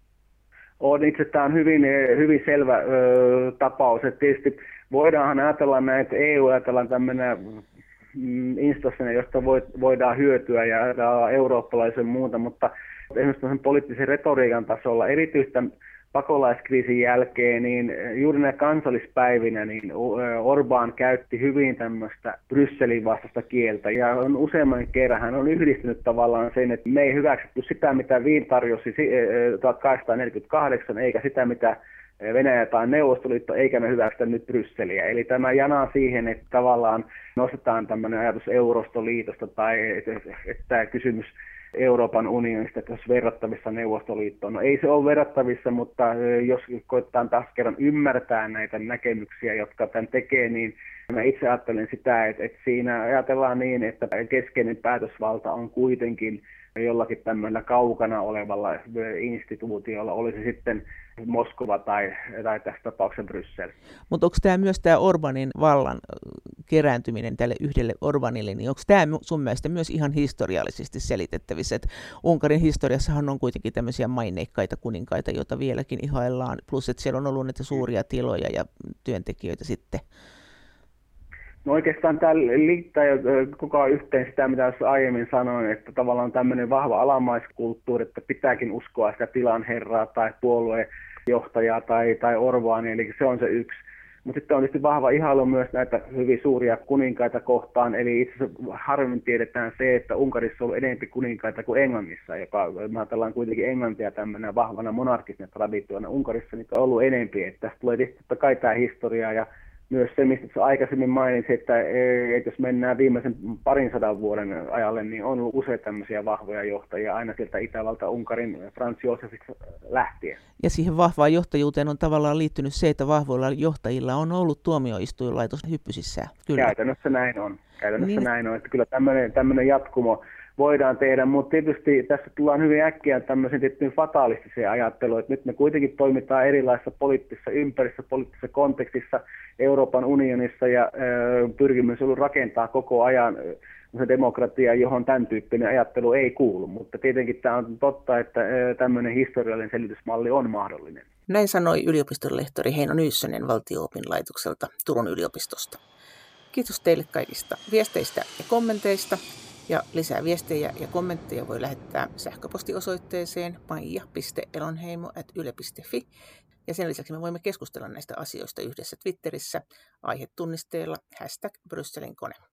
On itse tämä on hyvin, hyvin selvä ö, tapaus, että tietysti voidaanhan ajatella näitä, E U ajatellaan tämmöinen mm, instanssina, josta voidaan hyötyä ja eurooppalaisen muuta, mutta esimerkiksi poliittisen retoriikan tasolla, erityisesti pakolaiskriisin jälkeen, niin juuri näinä kansallispäivinä, niin Orbán käytti hyvin tämmöistä Brysselin vastaista kieltä, ja on useamman kerran hän on yhdistynyt tavallaan sen, että me ei hyväksytty sitä, mitä Wien tarjosi tuhatkahdeksansataaneljäkymmentäkahdeksan, eikä sitä, mitä Venäjä tai Neuvostoliitto, eikä me hyväksytä nyt Brysseliä. Eli tämä janaa siihen, että tavallaan nostetaan tämmöinen ajatus Eurostoliitosta tai että, että tämä kysymys Euroopan unionista, että olisi verrattavissa Neuvostoliittoon. No ei se ole verrattavissa, mutta jos koetetaan taas kerran ymmärtää näitä näkemyksiä, jotka tämän tekee, niin mä itse ajattelen sitä, että, että siinä ajatellaan niin, että keskeinen päätösvalta on kuitenkin jollakin tämmöillä kaukana olevalla instituutiolla, olisi sitten Moskova tai, tai tässä tapauksessa Bryssel. Mutta onko tämä myös tämä Orbánin vallan kerääntyminen tälle yhdelle Orbánille, niin onko tämä sun mielestä myös ihan historiallisesti selitettävissä? Et Unkarin historiassahan on kuitenkin tämmöisiä maineikkaita kuninkaita, joita vieläkin ihaillaan, plus että siellä on ollut näitä suuria tiloja ja työntekijöitä sitten. No oikeastaan tämä liittää jo koko ajan yhteen sitä, mitä aiemmin sanoin, että tavallaan on tämmöinen vahva alamaiskulttuuri, että pitääkin uskoa sitä tilanherraa tai puoluejohtajaa tai, tai Orbánia, eli se on se yksi. Mutta sitten on tietysti vahva ihailu myös näitä hyvin suuria kuninkaita kohtaan, eli itse asiassa harvemmin tiedetään se, että Unkarissa on ollut enemmän kuninkaita kuin Englannissa, joka me ajatellaan kuitenkin Englantia tämmöinen vahvana monarkisena traditiona. Unkarissa niitä on ollut enemmän, että tästä tulee tietysti totta kai tämä historia ja myös se, mistä sä aikaisemmin mainitsit, että, että jos mennään viimeisen parin sadan vuoden ajalle, niin on ollut useita tämmöisiä vahvoja johtajia, aina sieltä Itävalta, Unkarin, Franz Josefiksi lähtien. Ja siihen vahvaan johtajuuteen on tavallaan liittynyt se, että vahvoilla johtajilla on ollut tuomioistuinlaitos hyppysissään. Kyllä. Käytännössä näin on. Käytännössä niin. näin on, että kyllä tämmöinen, tämmöinen jatkumo voidaan tehdä, mutta tietysti tässä tullaan hyvin äkkiä tämmöiseen tiettyyn fatalistiseen ajatteluun, että nyt me kuitenkin toimitaan erilaisissa poliittisissa ympäristössä, poliittisessa kontekstissa, Euroopan unionissa ja ö, pyrkimys on ollut rakentaa koko ajan se demokratia, johon tämän tyyppinen ajattelu ei kuulu, mutta tietenkin tämä on totta, että ö, tämmöinen historiallinen selitysmalli on mahdollinen. Näin sanoi yliopiston lehtori Heino Nyyssönen valtio-opinlaitokselta Turun yliopistosta. Kiitos teille kaikista viesteistä ja kommenteista. Ja lisää viestejä ja kommentteja voi lähettää sähköpostiosoitteeseen maija piste elonheimo ät yle piste fi. Ja sen lisäksi me voimme keskustella näistä asioista yhdessä Twitterissä aihetunnisteella hashtag Brysselin kone.